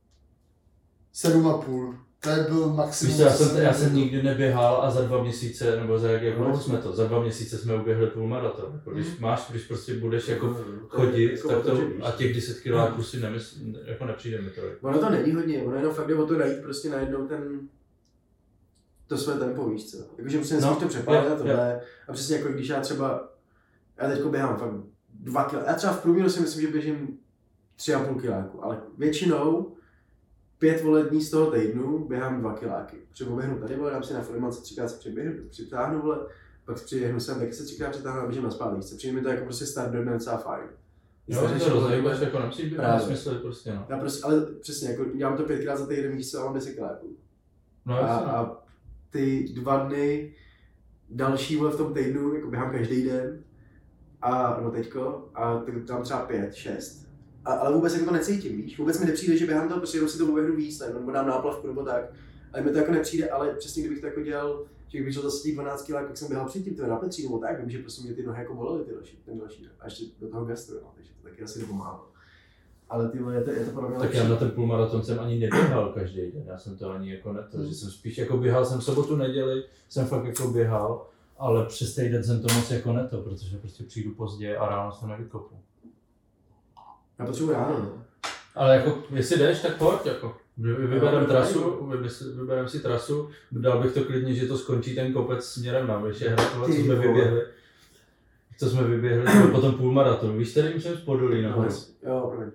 sedm a půl. To byl maximum. Víš, já, jsem, já jsem nikdy neběhal a za dva měsíce, nebo za jak dlouho jsme to, za dva měsíce jsme uběhli půlmaraton. Když mm. máš, když prostě budeš jako no, chodit, jako tak to, a těch deset kiláků si nemysl, jako nepřijde mi to. Ono to není hodně, ono jenom fakt jde o to najít prostě najednou ten, to své tempo, víš co. Jakože prostě nesmíš no, to přepálit a tohle. A přesně jako když já třeba, já teďko běhám fakt dva kila, já třeba v průměru si myslím, že běžím tři a půl kiláku, ale většinou pět vole dní z toho týdnu běhám dva kiláky. Třeba běhnu tady, vole, dám si na formance třikrát se přiběhnu, přitáhnu, vole, pak přiběhnu sem, taky se třikrát přitáhnu a běžím na zpátky. Přijde mi to jako prostě start do dne docela fajn. Jo, to rozhoduješ, jako nemusíš být na smysl prostě, no. Já prostě, ale přesně, jako dělám to pětkrát za týden, víš co, a mám deset kiláků. No, a, a ty dva dny další, vole, v tom týdnu, jako běhám každý den, a no teďko, a tak tam třeba pět, šest. A, ale vůbec jako to necítím, víš? Vůbec mi nepřijde, že běhám to, prostě jenom si to uběhnu víc, nebo dám náplavku nebo tak. Ale mi to jako nepřijde, ale přesně kdybych to jako dělal, že bych šel zase těch dvanáct kilák, jak jsem běhal předtím, to na Petří nebo tak, vím, že prostě mě ty nohy jako bolely, ty další, ten další, a ještě do toho gastro, no, takže to taky asi nepomáhalo. Ale ty je to, je to podle mě tak lepší. Já na ten půlmaraton jsem ani neběhal každý den, já jsem to ani jako neto, hmm. že jsem spíš jako běhal, jsem sobotu, neděli, jsem fakt jako běhal, ale přes týden jsem to moc jako neto, protože prostě přijdu pozdě a ráno se nevykopu. Já potřebuji ráno, no. Ale jako, jestli jdeš, tak pojď, jako. Vybereme trasu, vybereme si trasu, dal bych to klidně, že to skončí ten kopec směrem na Vyšehrad, co jsme vyběhli. Co jsme vyběhli, to potom půlmaraton. Víš, tady jsem z Podolí nahoru. Jo, promiň.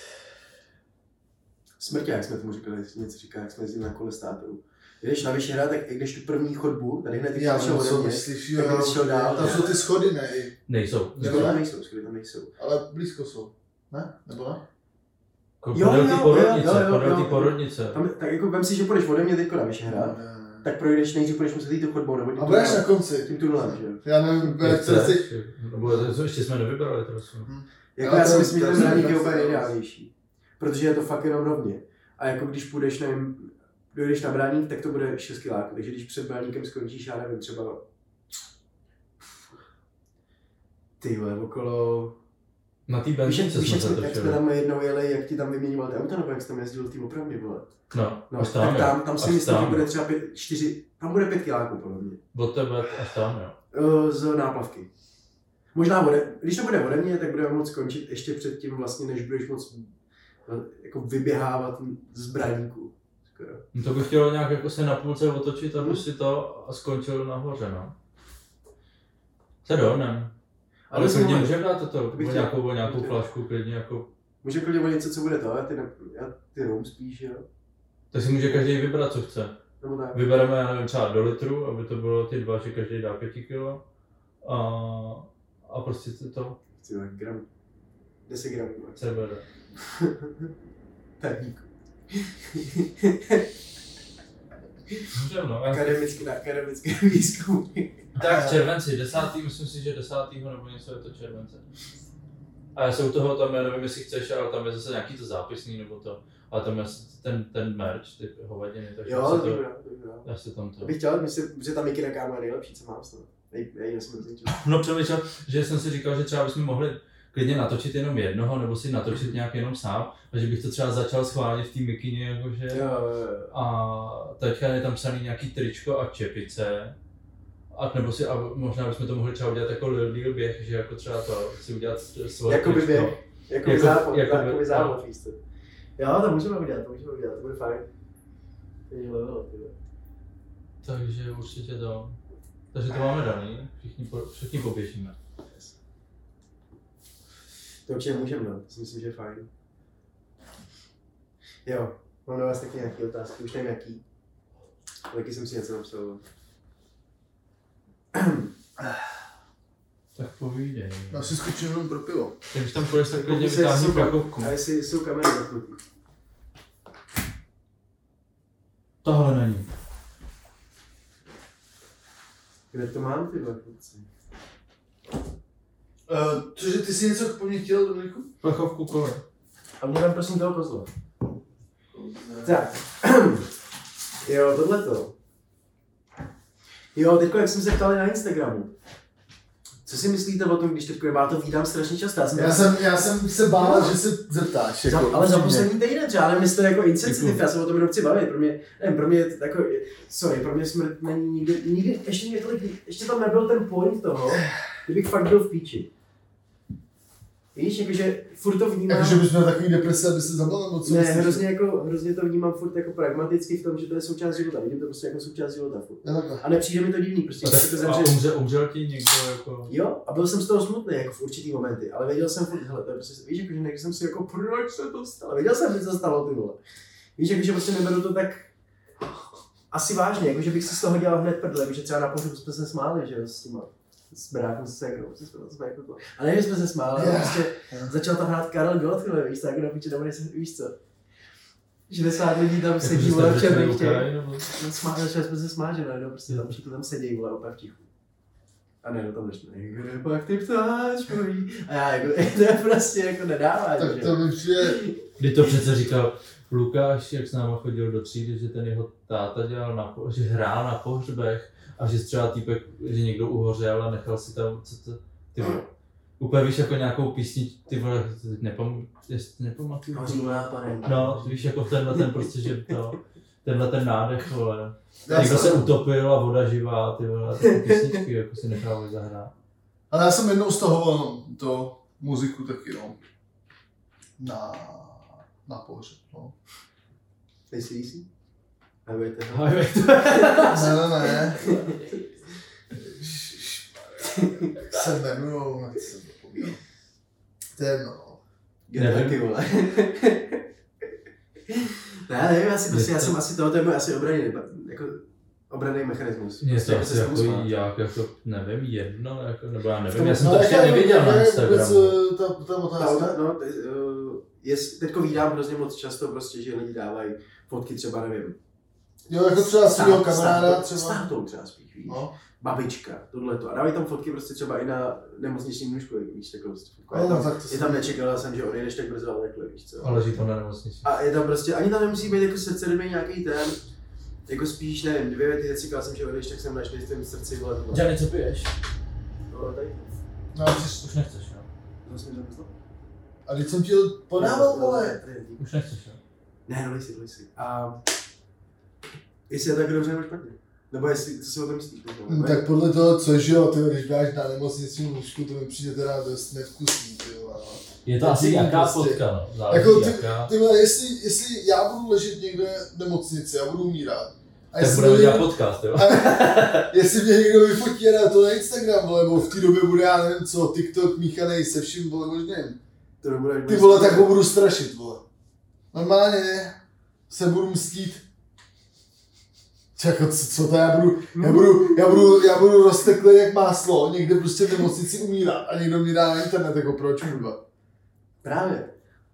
Smrtě, jak jsme tomu říkali, něco říká, jak jsme jezdili na kole státu. Když na Vyšehrad, tak když tu první chodbu, tady hned já šel ode mě, myslíš, jo, tak šel dál. Tam jsou ty schody, ne? Nejsou. Schody tam nejsou, schody tam nejsou. Ale blízko jsou. Ne? Nebo ne? Podél ty porodnice, podél ty porodnice. Tam, tak jako vem si, že půjdeš ode mě teďko na Vyšehrad, tak projdeš nejdřív, půjdeš muset jít tu chodbou, nebo tím a budeš na konci. Tím tunelem, že jo? Já nevím, jak to si... Nebo ještě jsme nevybrali trasu. Hmm. Jako já si myslím, že ten bráník je úplně ideálnější. Protože je to fakt jenom rovně. A jako když půjdeš, nevím, dojdeš na Bráník, tak to bude šest kiláků. Takže když před Bráníkem skončíš, já nevím, třeba Ty vole, okolo... Na té Víš, benzince víš, jsme jak se jsme, jak jsme točili. tam jednou jeli, jak ti tam vyměňoval ty auta, nebo jak jsi tam jezdil v té opravně, vole. No, No, až tam, tak tam, tam si až myslím, tam. že bude třeba pět, čtyři, tam bude pět kiláků, podle mě. Od tebe až tam, jo. Uh, z náplavky. Možná bude, když to bude ode mě, tak budeme moct skončit ještě předtím vlastně, než budeš moc uh, jako vyběhávat z braníku. Skoro. No to bych chtěl nějak jako se na půlce otočit, aby si to a skončil nahoře, no. Se dohodneme. Ale Ale klidně jsem- můžeme dát toto, bych o chtěl- nějakou, o nějakou bych chtěl. flašku, klidně jako. Můžeme klidně o něco, co bude to, já ty, ne, já ty rum spíš, jo? Tak si může každý vybrat, co chce. Nebo tak. Vybereme, já nevím, třeba do litru, aby to bylo ty dva, že každý dá pět kilo. A, a prostě to, to Chci tak gram. deset gramů. se bere. Tak díku. Můžeme, no. Já- Akademický, na akademické výzkum. Tak v červenci, desátý, myslím si, že desátýho nebo něco je to července. A já jsem u toho tam, já nevím, jestli chceš, ale tam je zase nějaký to zápisný nebo to. Ale tam je ten, ten merch, ty hovadiny, takže Jo, já si to, dobrá, dobrá. já si tam to. To bych chtěl, myslím, že ta Mikina kámo je nejlepší, co mám snad. Nej, nej, já jsem rozličil. No přemýšlel, že jsem si říkal, že třeba bychom mohli klidně natočit jenom jednoho, nebo si natočit nějak jenom sám, a že bych to třeba začal schválit v té mikině, jakože. Jo, jo, jo. A teďka je tam psaný nějaký tričko a čepice. A nebo si, a možná bychom to mohli třeba udělat jako Lil běh, že jako třeba to, si udělat svoje Jakoby tričko. běh. Jakoby Jako- závod, jakoby- jakoby závod, víš co. Jo, to můžeme udělat, to můžeme udělat, to bude fajn. Je level, ty vole. Takže určitě to. Takže to máme daný, všichni, po, všichni poběžíme. To určitě můžeme, no. To si myslím, že je fajn. Jo, mám na vás taky nějaké otázky, už nevím jaký. Taky jsem si něco napsal. Tak povídej. Já si skočím jenom pro pivo. Tak když tam půjdeš, tak klidně Pokud se- vytáhni jsou- prakovku. A jestli jsou kamery zapnutý. Tohle není. Kde to mám, ty vole, kluci? Uh, cože ty jsi něco po mně chtěl, Dominiku? Plechovku kole. A mě tam prosím toho kozla. Tak. Jo, tohleto. Jo, teďko, jak jsme se ptali na Instagramu. Co si myslíte o tom, když teďko já to vídám strašně často? Já jsem, Já jsem, já jsem se bál, že se zeptáš. za, Jako, ale za upřímně. poslední týden třeba, ale my to jako insensitiv, já se o tom jenom chci bavit, pro mě, nevím, pro mě je to jako, sorry, pro mě smrt není nikdy, nikdy, ještě mě tolik, ještě tam nebyl ten point toho, kdybych fakt byl v píči. Víš, jakože furt to vnímám. Jakože bys měl takový deprese, aby se zabil, nebo co Ne, myslíš? hrozně, jako, hrozně to vnímám furt jako pragmaticky v tom, že to je součást života. Vidím to prostě jako součást života furt. Jo, takhle. A nepřijde mi to divný, prostě A, když se tak, to a zavře. umřel, umřel ti někdo jako... Jo, a byl jsem z toho smutný jako v určitý momenty, ale věděl jsem furt, hele, to je prostě, víš, jakože někdy jsem si jako, proč se to stalo, věděl jsem, že se stalo, ty vole. Víš, jakože prostě neberu to tak asi vážně, jakože bych si z toho dělal hned prdle, jakože třeba na pohřbu jsme se smáli, že jo, s těma, s brákem, s ségrou, jsme jako, a ne, že jsme se smáli, ale Yeah. prostě začal tam hrát Karel Gott, vole, víš, tak jako na piči, nebo nejsem, víš co. šedesát lidí tam sedí, vole, v černých těch. Smá, začali jsme se smát, že najednou prostě tam všichni tam sedí, vole, opět v tichu. A ne, no tam začne, kde pak ty ptáčku ví. A já jako, to prostě jako nedává, Tak že to mi přijde, Kdy to přece říkal Lukáš, jak s náma chodil do třídy, že ten jeho táta dělal na, po- že hrál na pohřbech a že třeba týpek, že někdo uhořel a nechal si tam, co to, ty vole. Úplně víš jako nějakou písni, ty vole, nepam, jest, nepamatuju. Hoří mu nápadem. No, víš jako tenhle ten prostě, že to, tenhle ten nádech, vole. Já Někdo jsem- se utopil a voda živá, ty vole, ty písničky, jako si nechávali zahrát. ale já jsem jednou stahoval to muziku taky, no. Na, na pohřeb, no. Nejsi jistý? Highway to hell. Highway to Ne, ne, ne. Jak se jmenujou, jak se to povídám. To je jedno, no. Kde Nevím. taky, vole. Ne, nevím, asi prostě, já jsem asi toho, to je můj asi obraný, jako obraný mechanismus. Mně Prostě to asi se tomu jako, smát. jak, jako, nevím, jedno, jako, nebo já V nevím, tom- já jsem to Ale ještě jaká je- neviděl jaká na je Instagramu. vůbec, eh, Ta, ta Ta otázka. ota- no, te- eh, je, teďko vídám hrozně moc často prostě, že lidi dávají fotky třeba, nevím. Jo, jako třeba svého s kamaráda, tátou- třeba. S tátou třeba spíš, víš. No. Babička, tohleto. A dávají tam fotky prostě třeba i na nemocničním nůžku, víš, takhle prostě fotku. A No, je tam, tak to je tam nečekala jsem, že odejdeš tak brzo, ale takhle, víš co. A leží to na nemocnici. A je tam prostě, ani tam nemusí být jako srdcerivý nějaký ten, jako spíš, nevím, dvě věty, čekal jsem, že odejdeš, tak jsem našli v tom srdci, vole, tohle. Johnny, co piješ? No, tady. No, přiš... Už nechceš, jo? To jsem to A když jsem ti to podával, vole. Už nechceš, jo? Ne, dolej si, dolej si. A jestli je tak dobře nebo špatně? Nebo jestli, co si o tom myslíš? Hm, tak podle toho, co že jo, ty, když dáš na nemocnici lůžku, to mi přijde teda dost nevkusný, ty vole. Je to asi jaká fotka, no. Záleží Jako ty, jaká. ty vole, jestli, jestli já budu ležet někde v nemocnici a budu umírat. A Tak budeme dělat podcast, jo? Jestli mě někdo vyfotí a dá to na Instagram, vole, nebo v té době bude, já nevím co, TikTok míchanej se vším, vole, možným. To nebude, Ty vole, tak ho budu strašit, vole. Normálně se budu mstít. Čako, co, co to já budu, já budu, já budu, já budu rozteklý jak máslo, někde prostě v nemocnici umírat a někdo mi dá na internet, jako proč, kurva. Právě.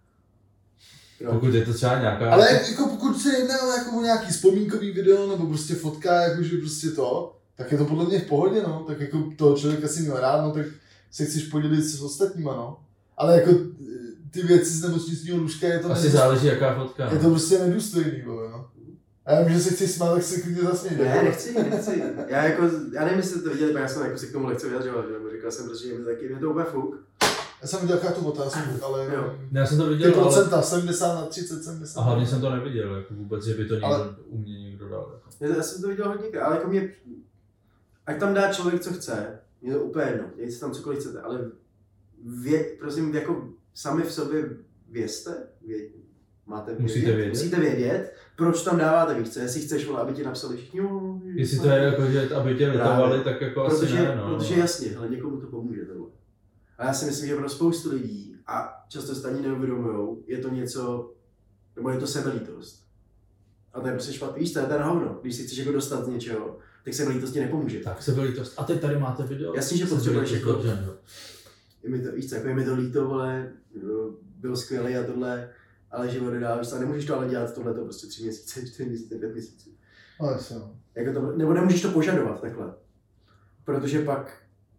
Pokud je to třeba nějaká... Ale jako pokud se jedná jako o nějaký vzpomínkový video nebo prostě fotka, jakože prostě to, tak je to podle mě v pohodě, no. Tak jako toho člověka si měl rád, no, tak se chceš podělit s ostatníma, no. Ale jako ty věci z nemocničního lůžka je to... Asi záleží jaká fotka, Je to prostě nedůstojný, vole, no. A já vím, že se chci smát, tak se klidně zasměj. Ne, nechci, nechci. Já jako, já nevím, jestli to viděli, protože já jsem jako se k tomu lehce vyjadřoval, že? Říkal jsem prostě, že mi taky, mě to úplně fuk. Já jsem viděl tu otázku, ale... Jo. Ne, já jsem to Ty viděl, procenta, ale... sedmdesát na třicet, sedmdesát. A hlavně jsem to neviděl, jako vůbec, že by to někdo, Ale- u mě někdo dal. Jako. Já, já jsem to viděl hodně, ale jako mě, ať tam dá člověk, co chce, je to úplně jedno, dějte tam cokoliv chcete, ale vě, prosím, jako sami v sobě vězte, vě, máte vědět, Musíte vědět. musíte vědět, proč tam dáváte, víš co, jestli chceš, vole, aby ti napsali všichni, jo, Jestli to je jako, že aby tě litovali, tak jako protože, asi ne, no. protože jasně, ale někomu to pomůže tohle. A já si myslím, že pro spoustu lidí, a často se ani neuvědomujou, je to něco, nebo je to sebelítost. A to je prostě špatný, víš, to je ten hovno, když si chceš jako dostat z něčeho, tak sebelítost ti nepomůže. Tak sebelítost. A teď tady máte video. Jasně, že potřebuješ jako, Dobře, jo. je mi to, víš co, jako je mi to líto, vole, byl skvělý a tohle, ale život nedá, víš co, nemůžeš to ale dělat tohleto prostě tři měsíce, čtyři měsíce, pět měsíců. No, jasně, no. Jako to, nebo nemůžeš to požadovat takhle, protože pak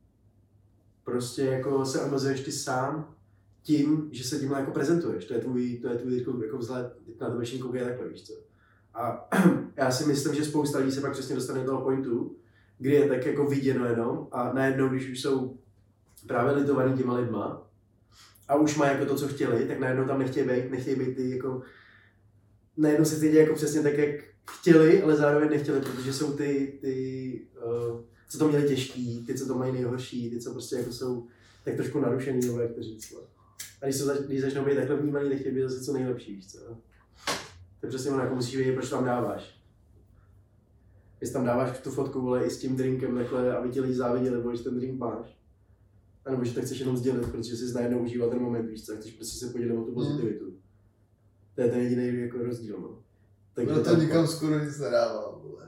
prostě jako se omezuješ ty sám tím, že se tímhle jako prezentuješ, to je tvůj, to je tvůj jako, jako vzhled, na to všichni koukají takhle, víš co. A já si myslím, že spousta lidí se pak přesně dostane do toho pointu, kdy je tak jako viděno jenom a najednou, když už jsou právě litovaný těma lidma a už mají jako to, co chtěli, tak najednou tam nechtějí být, nechtějí být ty jako, najednou se cítí jako přesně tak, jak chtěli, ale zároveň nechtěli, protože jsou ty, ty uh, co to měli těžký, ty, co to mají nejhorší, ty, co prostě jako jsou tak trošku narušený, nebo jak to říct. A když, zač, když začnou být takhle vnímaný, tak chtějí být zase co nejlepší, víš co? Tak přesně ono, jako musíš vědět, proč tam dáváš. Jestli tam dáváš tu fotku, vole, i s tím drinkem takhle, aby ti lidi záviděli, nebo že ten drink máš. A nebo že to chceš jenom sdělit, protože jsi najednou užíval ten moment, víš co? Chceš prostě se podělit o tu pozitivitu. To je ten jediný jako rozdíl, no. Takže no to nikam skoro nic nedává, vole.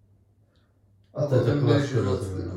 A to je taková život,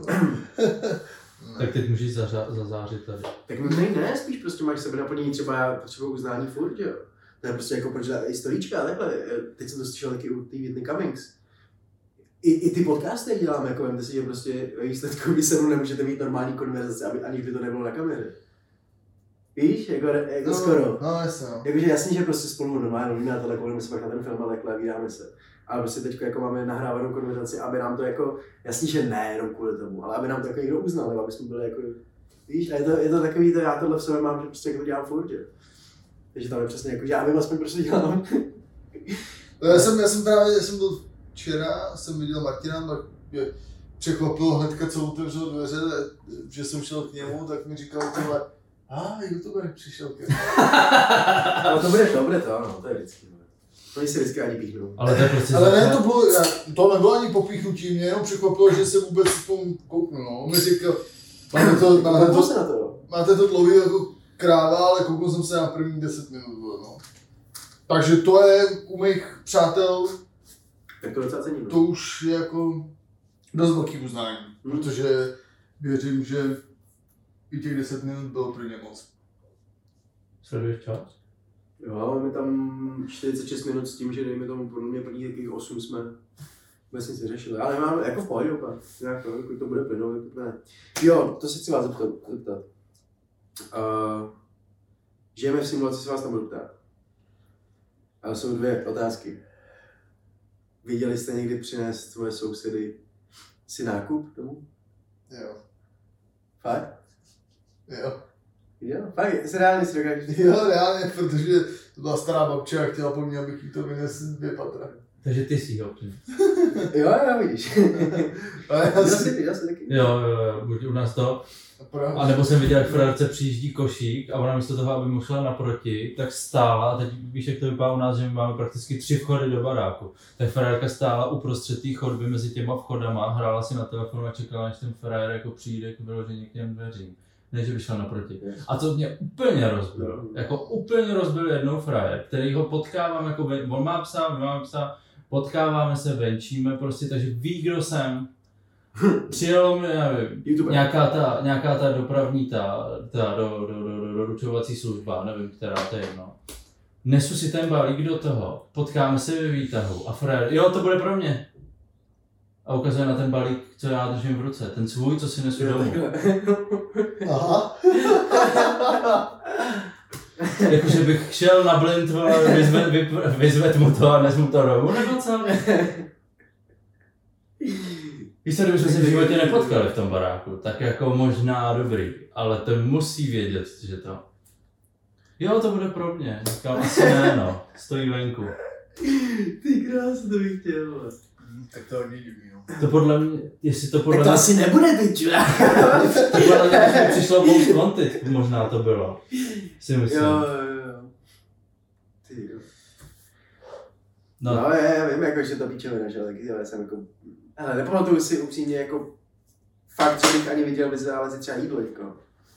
Tak teď můžeš zařa- zazářit tady. Tak ne, ne, spíš prostě máš sebe naplnění, třeba já potřebuji uznání furt, jo. To je prostě jako proč i storíčka, takhle. Teď jsem to slyšel taky u té Whitney Cummings. I, I ty podcasty děláme, jako vemte si, že prostě výsledku vy se mnou nemůžete mít normální konverzace, aby, aniž by to nebylo na kameře. Víš, jako, jako no, skoro. No, jasně, no. Jakože jasně, že prostě spolu normálně mluvíme a tohle, koukneme se pak na ten film a takhle vydáme se. Ale prostě teď jako máme nahrávanou konverzaci, aby nám to jako, jasně, že ne jenom kvůli tomu, ale aby nám to jako někdo uznal, nebo aby jsme byli jako, víš, a je to, je to takový, to já tohle v sobě mám, že prostě jako to dělám furt, že? Takže tam je přesně jako, že já vím aspoň, proč to dělám. No, já jsem, já jsem právě, já jsem byl včera, jsem viděl Martina, tak mě překvapilo hnedka, co otevřel dveře, že jsem šel k němu, tak mi říkal tohle, a ah, youtuber přišel ke mně. Ale to bude to, bude to, ano, to je vždycky. Oni si vždycky ani píchnou. Ale, to je prostě Ale ne, začát... to bylo, to nebylo ani popíchnutí, mě jenom překvapilo, že se vůbec v tom kouknu, no. On mi říkal, máte to, máte to, se na to, máte to dlouhý jako kráva, ale kouknul jsem se na první deset minut, no. Takže to je u mých přátel, tak to docela cením. to už je jako dost velký uznání, hmm. protože věřím, že i těch deset minut bylo pro ně moc. Sleduješ čas? Jo, máme tam čtyřicet šest minut s tím, že dejme tomu podle mě první takových osm jsme vůbec nic neřešili, ale mám jako v pohodě úplně, nějak to, jako to bude plynout, ne. Jo, to se chci vás zeptat. zeptat. Uh, žijeme v simulaci, se vás tam budu ptát. Ale jsou dvě otázky. Viděli jste někdy přinést svoje sousedy si nákup domů? Jo. Fakt? Jo. Jo, fakt, se reálně si dokážeš. Jo, reálně, protože to byla stará babče a chtěla po mně, abych jí to vynesl dvě patra. Takže ty jsi ho přijel. Jo, jo, vidíš. Ale já Já si... si, já si taky. Jo, jo, jo, buď u nás to. Právě. A nebo jsem viděl, jak frajerce přijíždí košík a ona místo toho, aby mu šla naproti, tak stála a teď víš, jak to vypadá u nás, že my máme prakticky tři vchody do baráku. Tak frajerka stála uprostřed té chodby mezi těma vchodama, hrála si na telefonu a čekala, než ten frajer jako přijde k vyložení k těm dveřím. Ne, že by šla naproti. A to mě úplně rozbil. Jako úplně rozbil jednou frajer, který ho potkávám, jako on má psa, my máme psa, potkáváme se, venčíme prostě, takže ví, kdo jsem. Přijelo mi, nevím, nějaká ta, nějaká ta dopravní ta, ta do, do, do, do, doručovací služba, nevím, která to je jedno. Nesu si ten balík do toho, potkáme se ve výtahu a frajer, jo, to bude pro mě. A ukazuje na ten balík, co já držím v ruce, ten svůj, co si nesu domů. Aha. Jakože bych šel na blind, vyzvedl vyzved mu to a nes mu to domů, nebo co? Víš, kdyby jsme se v životě nepotkali v tom baráku, tak jako možná dobrý, ale to musí vědět, že to... Jo, to bude pro mě, říkám asi ne, no, stojí venku. Ty krásy, to bych chtěl. Tak to hodně divný, no. To podle mě, jestli to podle Tak to mě... asi nebude, ty čurák. To podle mě, když mi přišlo Most Wanted, možná to bylo, si myslím. Jo, jo, jo. Ty jo. No, No, já, já vím, jako, že to píčovina, že jo, taky já jsem jako... Hele, nepamatuju si upřímně jako fakt, že bych ani viděl vyzdávat si třeba jídlo, jako.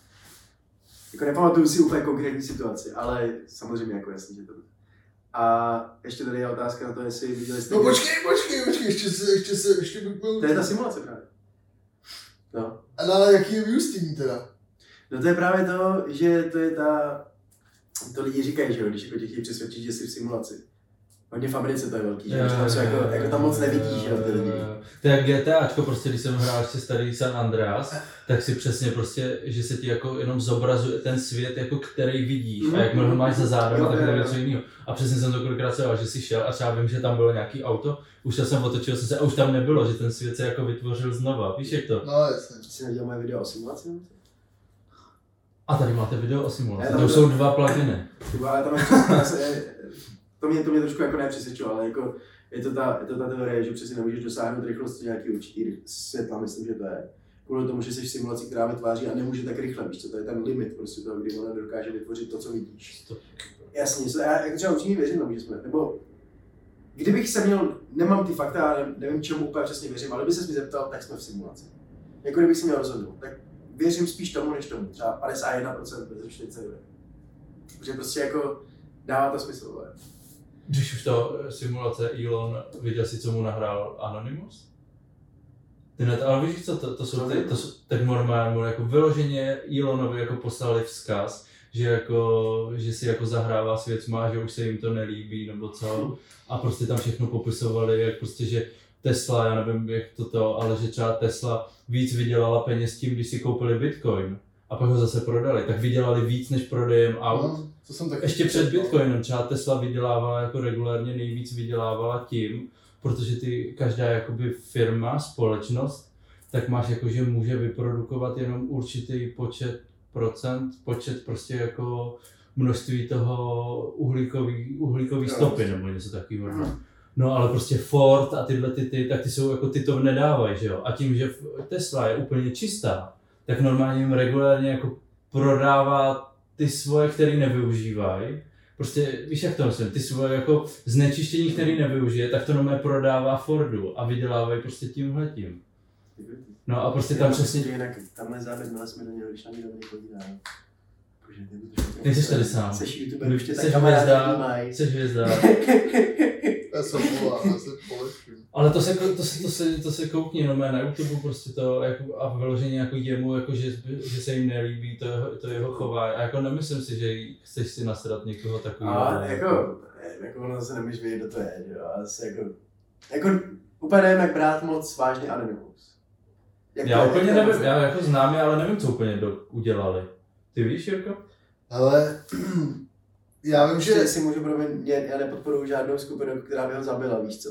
Jako nepamatuju si úplně konkrétní situaci, ale samozřejmě jako jasný, že to bude. A ještě tady je otázka na to, jestli viděli jste... No počkej, počkej, počkej, ještě se, ještě se, ještě bych byl... To je ta simulace právě. No. No ale jaký je vyústění teda? No to je právě to, že to je ta... To lidi říkají, že jo, když jako tě chtějí přesvědčit, že jsi v simulaci. Hodně v Americe to je velký, že jo, tam jsou jako, jako tam moc nevidí, že jo, ty lidi. To je GTAčko, prostě když jsem hrál ještě starý San Andreas, tak si přesně prostě, že se ti jako jenom zobrazuje ten svět, jako který vidíš mm-hmm. a jak ho máš za zádem a tak to je něco jiného. A přesně jsem to kolikrát se že si šel a třeba vím, že tam bylo nějaký auto, už jsem otočil jsem se a už tam nebylo, že ten svět se jako vytvořil znova, víš jak to? No jasně. Jsi nedělal moje video o simulaci? A tady máte video o simulaci, to jsou dva pluginy. Ale tam je To mě, to mě trošku jako nepřesvědčilo, ale jako je to, ta, je to ta teorie, že přesně nemůžeš dosáhnout rychlosti nějaký určitý světla, myslím, že to je. Kvůli tomu, že jsi v simulaci, která vytváří a nemůže tak rychle, víš co, to je ten limit prostě toho, kdy ona dokáže vytvořit to, co vidíš. Jasně, já jako třeba určitě věřím tomu, že jsme, nebo kdybych se měl, nemám ty fakta, ale nevím, čemu úplně přesně věřím, ale kdyby se mi zeptal, tak jsme v simulaci. Jako kdybych se měl rozhodnout, tak věřím spíš tomu, než tomu, třeba padesát jedna procent bez čtyřicet devět procent. Protože prostě jako dává to smysl, ale... Když už to simulace Elon, viděl si, co mu nahrál Anonymous? Ty ne, ale víš co, to, to jsou ty, to jsou, tak normálně jako vyloženě Elonovi jako poslali vzkaz, že jako, že si jako zahrává s věcma, že už se jim to nelíbí nebo co. A prostě tam všechno popisovali, jak prostě, že Tesla, já nevím jak to to, ale že třeba Tesla víc vydělala peněz tím, když si koupili Bitcoin. A pak ho zase prodali, tak vydělali víc než prodejem aut. No, to jsem taky ještě před Bitcoinem, třeba Tesla vydělávala jako regulárně nejvíc vydělávala tím, protože ty, každá jakoby firma, společnost, tak máš jako, že může vyprodukovat jenom určitý počet procent, počet prostě jako množství toho uhlíkový, uhlíkový stopy nebo něco takového. No ale prostě Ford a tyhle ty, ty, tak ty jsou jako ty to nedávají, že jo? A tím, že Tesla je úplně čistá, tak normálně jim regulárně jako prodává ty svoje, které nevyužívají. Prostě víš jak to myslím, ty svoje jako znečištění, které nevyužije, tak to normálně prodává Fordu a vydělávají prostě tímhletím. No a prostě tam přesně... Jinak tamhle záběr, měla jsme do něho, když na mě Dominik podívá. Nejsi tady sám. Seš youtuber, už tě tak Seš kamarádi hvězda, vnímají. seš hvězda. Já jsem volán, já jsem poleškým. Ale to se, to, se, to, se, to se koukni no, na YouTube prostě to jako, a vyloženě jako jemu, jako, že, že se jim nelíbí to, to jeho chování. A jako nemyslím si, že chceš si nasrat někoho takového. A jako, jako ono zase nemůžeš vědět, kdo to je, že jo. Asi jako, jako úplně nevím, jak brát moc vážně Anonymous. Jak Já to, úplně jak nevím, to já jako znám je, ale nevím, co úplně do, udělali. Ty víš, Jirko? Ale já vím, že... Že si můžu proměnit, já nepodporuji žádnou skupinu, která by ho zabila, víš co.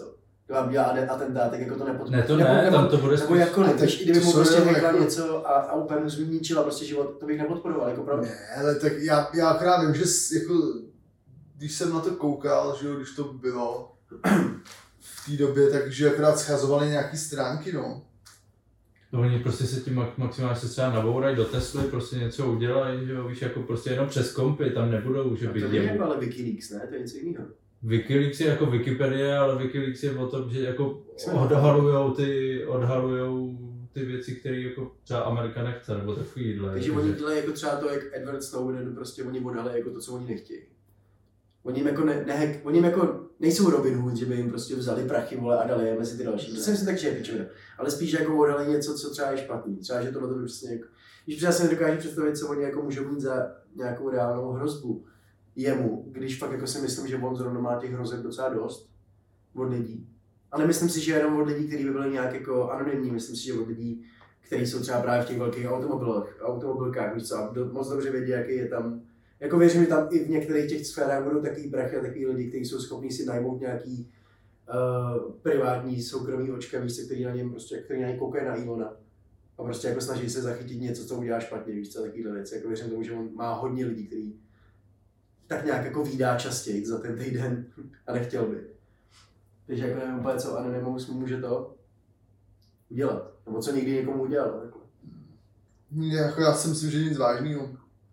vám dělá atentát, tak jako to nepodporuje. Ne, to ne, nebo, tam to bude Nebo spíš... jakkoliv, když kdyby mu prostě řekla jako... něco a, a úplně mu zničila prostě život, to bych nepodporoval, jako pravda. Ne, ale tak já, já akorát vím, že jako, když jsem na to koukal, že jo, když to bylo v té době, takže akorát schazovali nějaký stránky, no. No, oni prostě se tím maximálně se třeba nabourají do Tesly, prostě něco udělají, že jo, víš, jako prostě jenom přes kompy, tam nebudou, že by to je jako ale Wikileaks, ne? To je něco jiného. Wikileaks je jako Wikipedie, ale Wikileaks je o tom, že jako odhalujou ty, odhalujou ty věci, které jako třeba Amerika nechce, nebo takovýhle. Takže jako oni že... dělají jako třeba to, jak Edward Snowden, prostě oni odhalí jako to, co oni nechtějí. Oni jim jako, ne, ne, oni jim jako nejsou Robin Hood, že by jim prostě vzali prachy, vole, a dali je mezi ty další. To si myslím tak, že je pičovina. Ale spíš jako odhalí něco, co třeba je špatný. Třeba, že tohle to by přesně jako... Když já si nedokážu představit, co oni jako můžou mít za nějakou reálnou hrozbu jemu, když fakt jako si myslím, že on zrovna má těch hrozeb docela dost od lidí. A nemyslím si, že jenom od lidí, kteří by byli nějak jako anonymní, myslím si, že od lidí, kteří jsou třeba právě v těch velkých automobilech, automobilkách, víš co, a do, moc dobře vědí, jaký je tam. Jako věřím, že tam i v některých těch sférách budou takový prachy a takový lidi, kteří jsou schopní si najmout nějaký uh, privátní soukromý očka, víš co, který na něm prostě, který na něj koukají na Ilona. A prostě jako snaží se zachytit něco, co udělá špatně, víš co, takovýhle věci. Jako věřím tomu, že on má hodně lidí, kteří tak nějak jako vídá častěji za ten týden a nechtěl by. Takže jako nevím úplně, co Anonymous může to udělat. Nebo co někdy někomu udělal. Takhle. Jako já si myslím, že nic vážného.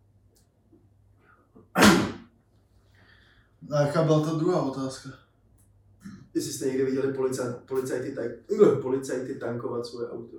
A jaká byla ta druhá otázka? Jestli jste někdy viděli policajty, policajty, tank, uh, policajty tankovat svoje auto.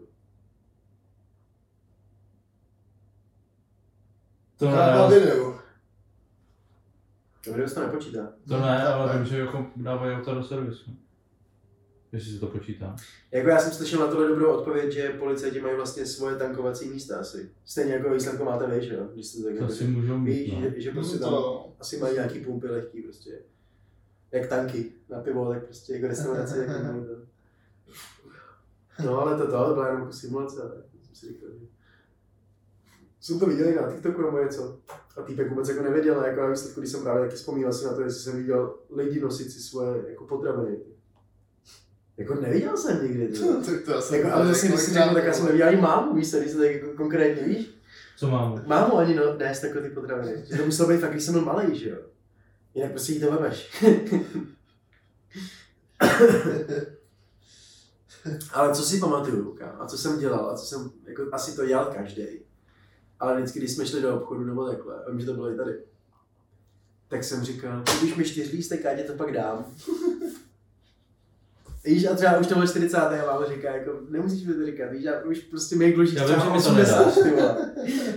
To ne, na videu. To video se to nepočítá. To ne, ale vím, že jako dávají auta do servisu. Jestli se to počítá. Jako já jsem slyšel na tohle dobrou odpověď, že policajti mají vlastně svoje tankovací místa asi. Stejně jako výsledko máte vy, že jo? Když jste tak to si můžou mít, víš, no. že, že prostě tam asi mají nějaký pumpy lehký prostě. Jak tanky na pivo, tak prostě jako restaurace. Jak no ale to to byla jenom jako simulace, ale jsem si říkal, že... Jsem to viděl na TikToku nebo něco. A týpek vůbec jako nevěděl, jako já výsledku, když jsem právě taky vzpomínal si na to, jestli jsem viděl lidi nosit si svoje jako potraviny. Jako neviděl jsem nikdy. tak to asi jako, ale zase, když si řekl, tak já jsem neviděl ani mámu, víš co, když se tak jako konkrétně, víš? Co mámu? Mámu ani no, nést takové ty potraviny. Že to muselo být fakt, když jsem byl malý, že jo? Jinak prostě jí to vemeš. Ale co si pamatuju, kam, a co jsem dělal, a co jsem, jako asi to dělal každý. Ale vždycky, když jsme šli do obchodu nebo takhle, vím, že to bylo i tady, tak jsem říkal, když mi čtyř lístek, já tě to pak dám. Víš, a třeba už to bylo čtyřicátý a máma říká, jako, nemusíš mi to říkat, víš, já už prostě mi dlužíš třeba osmdesát, ty vole.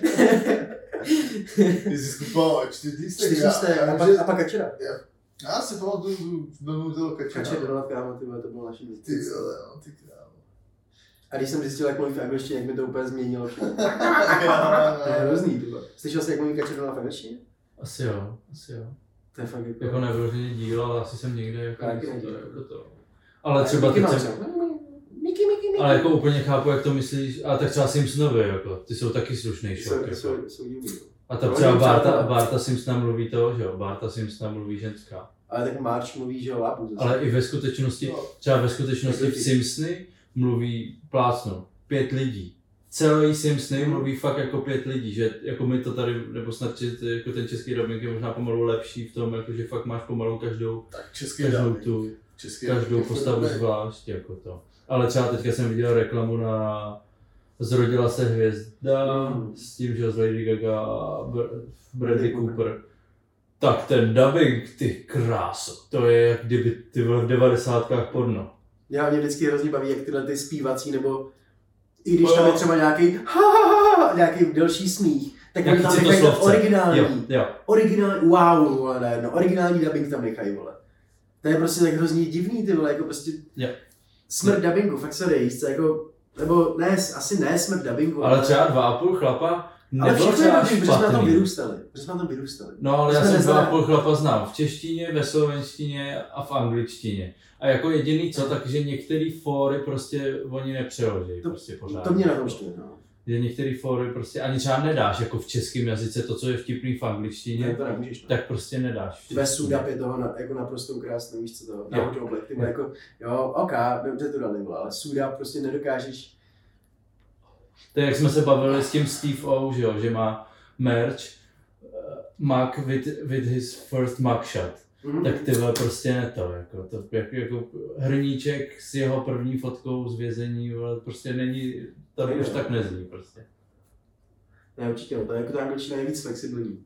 Ty jsi skupoval čtyři lístek. čtyři lístek a, pak, a pak kačera. Já si pamatuju, byl toho kačera. Kačer Donald, kámo, ty vole, to bylo naší místě. Ty vole, no, ty krávo. A když jsem zjistil, jak mluvím v angličtině, jak mi to úplně změnilo všechno. To je hrozný, ty vole. Slyšel jsi, jak mluví Kačer Donald v angličtině? Asi jo, asi jo. To je fakt jako... Jako nevyloženě díl, ale asi jsem někde jako, Taky to, nedělal. jako to. Ale třeba teď jsem... Mickey, Mickey, Mickey. Ale jako úplně chápu, jak to myslíš, ale tak třeba Simpsonovi, jako, ty jsou taky slušný šok, jako. Jsou, jsou divný. A tak třeba Barta, Barta Simpsona mluví to, že jo, Barta Simpsona mluví ženská. Ale tak Marge mluví, že jo, lápu zase. Ale i ve skutečnosti, třeba ve skutečnosti v Simpsony mluví plácnu, pět lidí. Celý Simpsony mluví fakt jako pět lidí, že jako my to tady, nebo snad jako ten český dubbing je možná pomalu lepší v tom, jako, že fakt máš pomalu každou, každou tu, každou postavu zvlášť, jako to. Ale třeba teďka jsem viděl reklamu na Zrodila se hvězda mm. s tím, že z Lady Gaga a Bradley Cooper. Tak ten dubbing, ty kráso, to je jak kdyby ty byl v devadesátkách porno. Já mě vždycky hrozně baví, jak tyhle ty zpívací, nebo i když tam je třeba nějaký ha, ha, ha, nějaký delší smích, tak oni tam nechají originální, jo, jo. originální, wow, vole, ne, no, originální dubbing tam nechají, vole. To je prostě tak hrozně divný, ty vole, jako prostě jo. smrt dubbingu, fakt sorry, jíst, jako, nebo ne, asi ne smrt dubbingu. Ale třeba dva a půl chlapa nebylo třeba špatný. Protože jsme na tom vyrůstali, protože jsme na tom vyrůstali. No ale já jsem dva a půl chlapa znal v češtině, ve slovenštině a v angličtině. A jako jediný co, takže některý fóry prostě oni nepřeloží to, prostě pořád. To mě na tom štve, no. že některé fóry prostě ani třeba nedáš jako v českém jazyce to, co je vtipný v angličtině, Ne, to nemůžeš, no. tak prostě nedáš. Tvé Sudap je toho na, jako naprosto krásný, víš co to, na Oblek, ty jako, jo, ok, dobře to dali, ale Sudap prostě nedokážeš. To je, jak jsme se bavili s tím Steve O, že, jo, že má merch, uh, mug with, with his first mugshot. Mm-hmm. Tak ty vole prostě ne to, jako, to jako, jako hrníček s jeho první fotkou z vězení, vole, prostě není, to ne, už ne, tak nezní prostě. Ne, určitě, no, to je jako ta angličtina je víc flexibilní.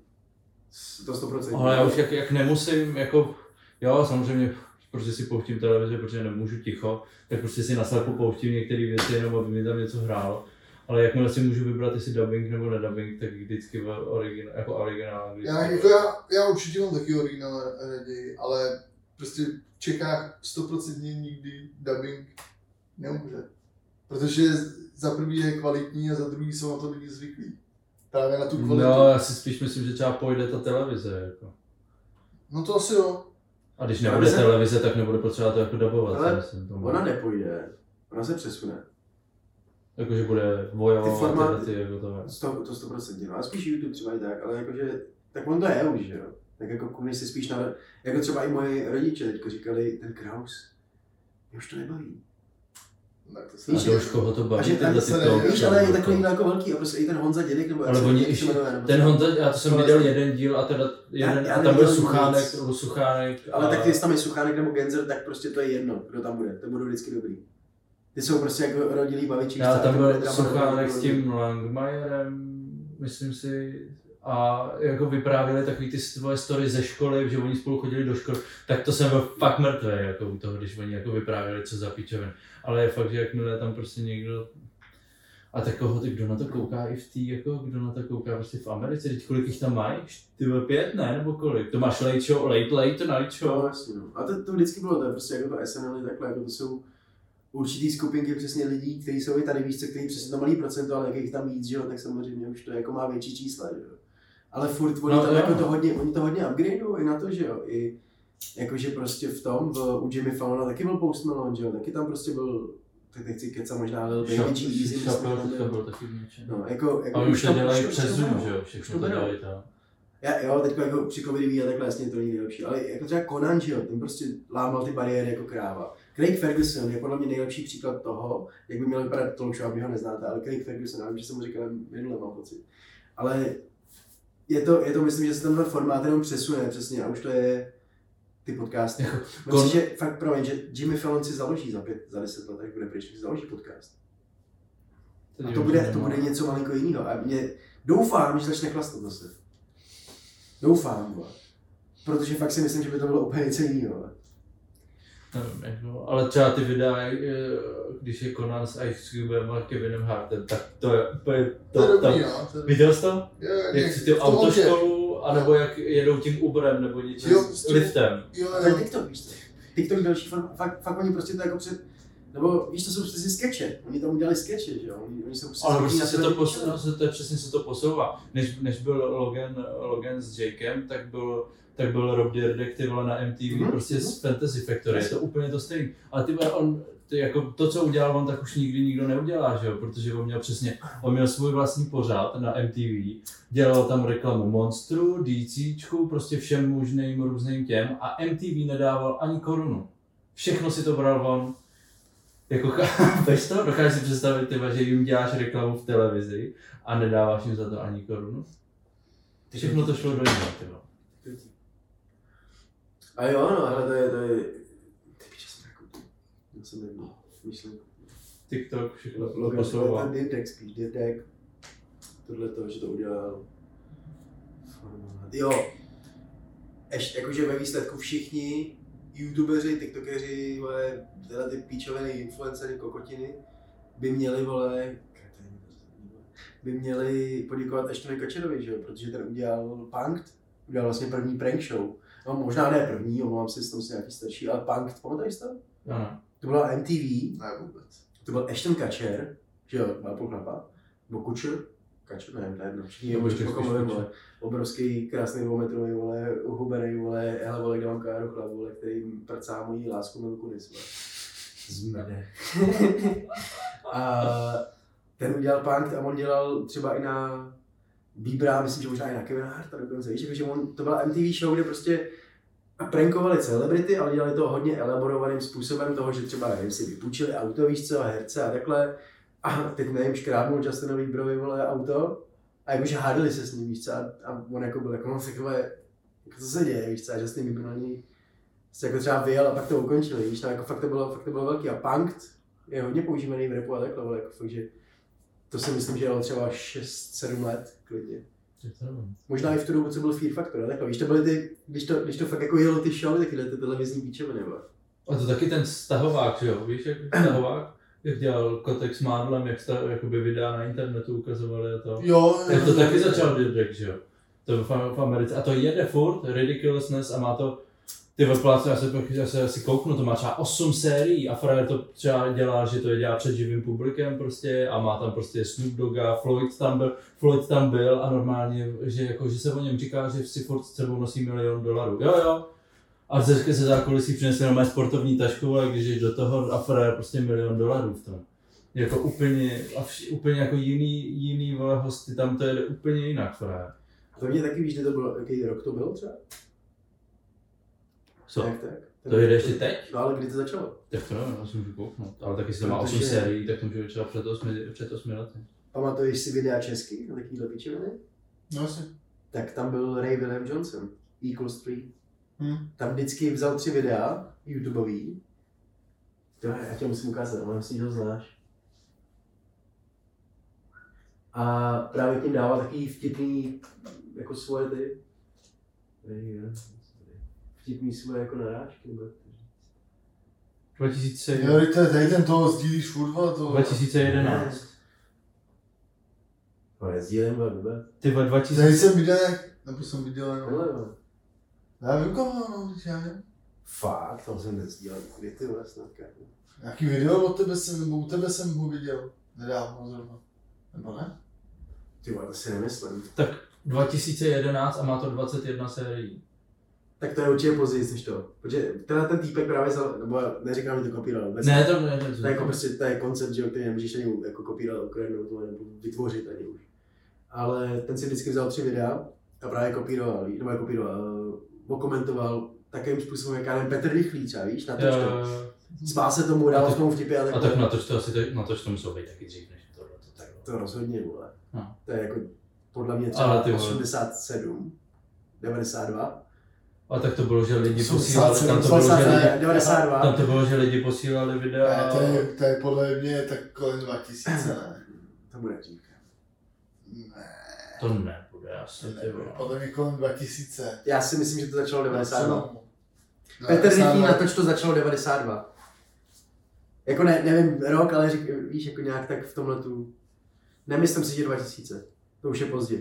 To sto procent. Ale já už jak, jak nemusím, jako, jo, samozřejmě, protože si pouštím televizi, protože nemůžu ticho, tak prostě si na slepo pouštím některé věci, jenom aby mi tam něco hrálo. Ale jakmile si můžu vybrat, jestli dubbing nebo nedubbing, tak vždycky originál, jako originál anglicky. Já, jako já, já určitě mám taky originál raději, ale prostě v Čechách stoprocentně nikdy dubbing neumře. Protože za prvý je kvalitní a za druhý jsou na to lidi zvyklí. Právě na tu kvalitu. No, já si spíš myslím, že třeba pojde ta televize. Jako. No to asi jo. A když nebude se... televize, tak nebude potřeba to jako dubovat. Ale myslím, tomu. Ona nepojde, ona se přesune. Jakože bude vojovat, ty formáty, ty, jako to je. To sto procent, no a spíš YouTube třeba i tak, ale jakože, tak on to je už, že jo. Tak jako komunis si spíš na, jako třeba i moji rodiče teďko říkali, ten Kraus, mě už to nebaví. Tak to se a to už koho to baví, tyhle ty to. Víš, ale je takový jako velký a prostě i ten Honza Dědek, nebo ale oni jak se jmenuje. Ten Honza, já to jsem viděl jeden díl a, teda jeden, já, já a tam byl Suchánek, byl Suchánek. Ale a... tak jestli tam je Suchánek nebo Genzer, tak prostě to je jedno, kdo tam bude, to budou vždycky dobrý. Ty jsou prostě jako rodilí bavičí. Já tam byl Suchánek s tím Langmajerem, myslím si, a jako vyprávěli takový ty svoje story ze školy, že oni spolu chodili do školy, tak to jsem byl fakt mrtvý jako u toho, když oni jako vyprávěli, co za pičovin. Ale je fakt, že jakmile tam prostě někdo, a takového, kdo na to kouká i v té, jako kdo na to kouká prostě v Americe, teď kolik jich tam mají? Ty pět, ne? Nebo kolik? To máš late show, late, late, night show. No, jasně, no. A to, to vždycky bylo, to je prostě jako to S N L takhle, jako to jsou určitý skupinky přesně lidí, kteří jsou i tady víc, kteří přesně to malý procento, ale jak jich tam víc, že jo, tak samozřejmě už to jako má větší čísla, že jo. Ale furt oni no, tam jo. jako to hodně, oni to hodně upgradeují i na to, že jo, i jakože prostě v tom, v, u Jimmy Fallona taky byl Post Malone, že jo, taky tam prostě byl, tak nechci kecat možná Lil Baby, G-Eazy, to byl taky v něčem. No, jako, jako a už to dělají přes Zoom, že jo, všechno to dělají tam. Já, jo, teď jako při covidový a takhle jasně to není nejlepší, ale jako třeba Conan, že jo, ten prostě lámal ty bariéry jako kráva. Craig Ferguson je podle mě nejlepší příklad toho, jak by měl vypadat talk show, aby ho neznáte, ale Craig Ferguson, já vím, že jsem mu říkal minule, mám pocit. Ale je to, je to myslím, že se tenhle formát jenom přesune přesně a už to je ty podcasty. Jako, myslím, že fakt promiň, že Jimmy Fallon si založí za pět, za deset let, tak bude pryč, si založí podcast. A to bude, to bude něco malinko jiného. A mě doufám, že začne chlastat zase. Doufám, bo. Protože fakt si myslím, že by to bylo úplně něco jiného. Nevím, jako, ale třeba ty videa, když je Conan s Ice Cubem a Kevinem Hartem, tak to je úplně to, to, to, dobrý, no, to viděl jsi to? Je, jak si ty autoškolu, anebo jak jedou tím Uberem nebo něčím s liftem. Jo, jo. To je TikTok, víš co? TikTok další form, fakt, fakt oni prostě to jako před, nebo víš, to jsou přesně skeče, oni tam udělali skeče, že jo, oni, oni jsou prostě ale prostě se to, pos, no, to je přesně se to posouvá. Než, než byl Logan, Logan s Jakem, tak byl tak byl Rob Dyrdek, ty vole, na M T V, mm-hmm. prostě z Fantasy Factory, je to úplně to stejné. Ale ty on, ty, jako to, co udělal on, tak už nikdy nikdo neudělá, že jo, protože on měl přesně, on měl svůj vlastní pořad na M T V, dělal tam reklamu Monstru, DCčku, prostě všem možným různým těm a M T V nedával ani korunu. Všechno si to bral on. Jako, chápeš to? Dokážeš si představit, tyba, že jim děláš reklamu v televizi a nedáváš jim za to ani korunu? Všechno to šlo do něho, tyba. A jo, no, ale to je, to je, ty piče jsem jako, já jsem nevím, myslím. TikTok, všechno to Logan, posouvá. ten Dyrdek spíš, Dyrdek, tohle to, že to udělal. Jo, ještě jakože ve výsledku všichni youtubeři, tiktokeři, vole, tyhle ty píčoviny, influencery, kokotiny, by měli, vole, by měli poděkovat Ashtonu Kutcherovi, že jo, protože ten udělal Punk'd, udělal vlastně první prank show. No možná ne první, omlouvám se, jsem si nějaký starší, ale Punk'd, pamatuješ to? Ano. To byla M T V, ne vůbec. To byl Ashton Kutcher, že jo, má půl chlapa, nebo Kutcher, Kutcher, nevím, to je jedno, všichni je pokomové, vole, obrovský, krásný dvoumetrový, vole, uhubený, vole, hele, vole, kde mám káru chlap, vole, který prcá mojí lásku Milku Nis, vole. Zmrde. A ten udělal Punk a on dělal třeba i na Bíbra, myslím, že možná i na Kevina Harta dokonce, víš, jako, že on, to byla M T V show, kde prostě prankovali celebrity, ale dělali to hodně elaborovaným způsobem toho, že třeba nevím, si vypůjčili auto, víš co, herce a takhle. A teď nevím, škrábnul Justinovi Bieberovi vole auto a jakože hádali se s ním, víš co, a, a on jako byl jako no, takové, jako co se děje, víš co, a Justin Bieber na něj se jako třeba vyjel a pak to ukončili, víš, tam jako fakt to bylo, fakt to bylo velký a Punk je hodně používaný v rapu a takhle, ale jako fakt, že to si myslím, že jelo třeba šest sedm let klidně. Možná i v tu dobu, co byl Fear Factor, takhle, víš, to byly ty, když to, když to fakt jako jelo ty showy, taky ty televizní píčeviny, nebo? A to taky ten stahovák, že jo, víš, jak stahovák, jak dělal Kotek s Mádlem, jak stav, jakoby videa na internetu ukazovali a to. Jo, tak to taky začal Didrik, že jo, to v, v Americe, a to jede furt, Ridiculousness a má to, ty vypláce, já se, já se asi kouknu, to má třeba osm sérií a Frajer to třeba dělá, že to je dělá před živým publikem prostě a má tam prostě Snoop Dogga, Floyd tam byl, Floyd tam byl a normálně, že, jako, že se o něm říká, že si furt s sebou nosí milion dolarů, jo jo. A ze se zákulisí přinesli normálně sportovní tašku a když jdeš do toho a Frajer prostě milion dolarů v tom. Jako úplně, a vš, úplně jako jiný, jiný vole hosty, tam to jede úplně jinak Frajer. To mě taky víš, že to bylo, jaký rok to byl třeba? Co? Tak, tak. To jde ještě teď? No ale kdy to začalo? Tak to nevím, asi můžu kouknout. Ale taky si má osm sérií, tak to může být třeba před osmi, před osmi lety. Pamatuješ si videa český na takovýhle pičoviny? No asi. Tak tam byl Ray William Johnson, Equals three. Hmm. Tam vždycky vzal tři videa, YouTubeový. To já tě musím ukázat, ale myslím, že ho znáš. A právě tím dával takový vtipný, jako svoje ty, vtipný svoje jako narážky, nebo dva tisíce Jo, tady ten toho sdílíš furt, ale to... dva tisíce jedenáct. Ale sdílím velmi. Ty dva Tady tisíce... jsem viděl, nebo jsem viděl, no. Tohle, no. Já vím koho, no, já nevím. Fakt, tam jsem nesdílel, kdy ty vole snadka. Nějaký video od tebe jsem, nebo u tebe jsem ho viděl. Nedávno zrovna. Nebo ne? Ty vole, to si nemyslím. Tak dva tisíce jedenáct a má to dvacet jedna sérií. Tak to je určitě později než to. Protože tenhle ten týpek právě za, nebo neříkám, že to kopíroval. Ne, to ne, ne, to je jako prostě, to je koncept, že, který nemůžeš ani jako kopírovat, ukradnout nebo vytvořit ani už. Ale ten si vždycky vzal tři videa a právě kopíroval, nebo je kopíroval, okomentoval takovým způsobem, jak já nevím, Petr Rychlý třeba, víš, na to, spál se tomu, dal tomu vtipy a tak. A tak na to, to asi, na to, to muselo být taky dřív než tohle. To, tak, to rozhodně, vole. No. To je jako podle mě třeba osmdesát sedm, devadesát dva. A tak to bylo, že lidi posílali, tam to bylo, že lidi, devadesát dva. Tam to bylo, že lidi posílali videa. Ne, to je, to je podle mě tak kolem dva tisíce, ne? To bude dřív. Ne. To nebude asi, ty vole. Podle mě kolem dva tisíce. Já si myslím, že to začalo devadesát dva. No, Petr Rychlý natoč to začalo devadesát dva. Jako ne, nevím rok, ale řík, víš, jako nějak tak v tomhle tu... Nemyslím si, že dva tisíce. To už je pozdě.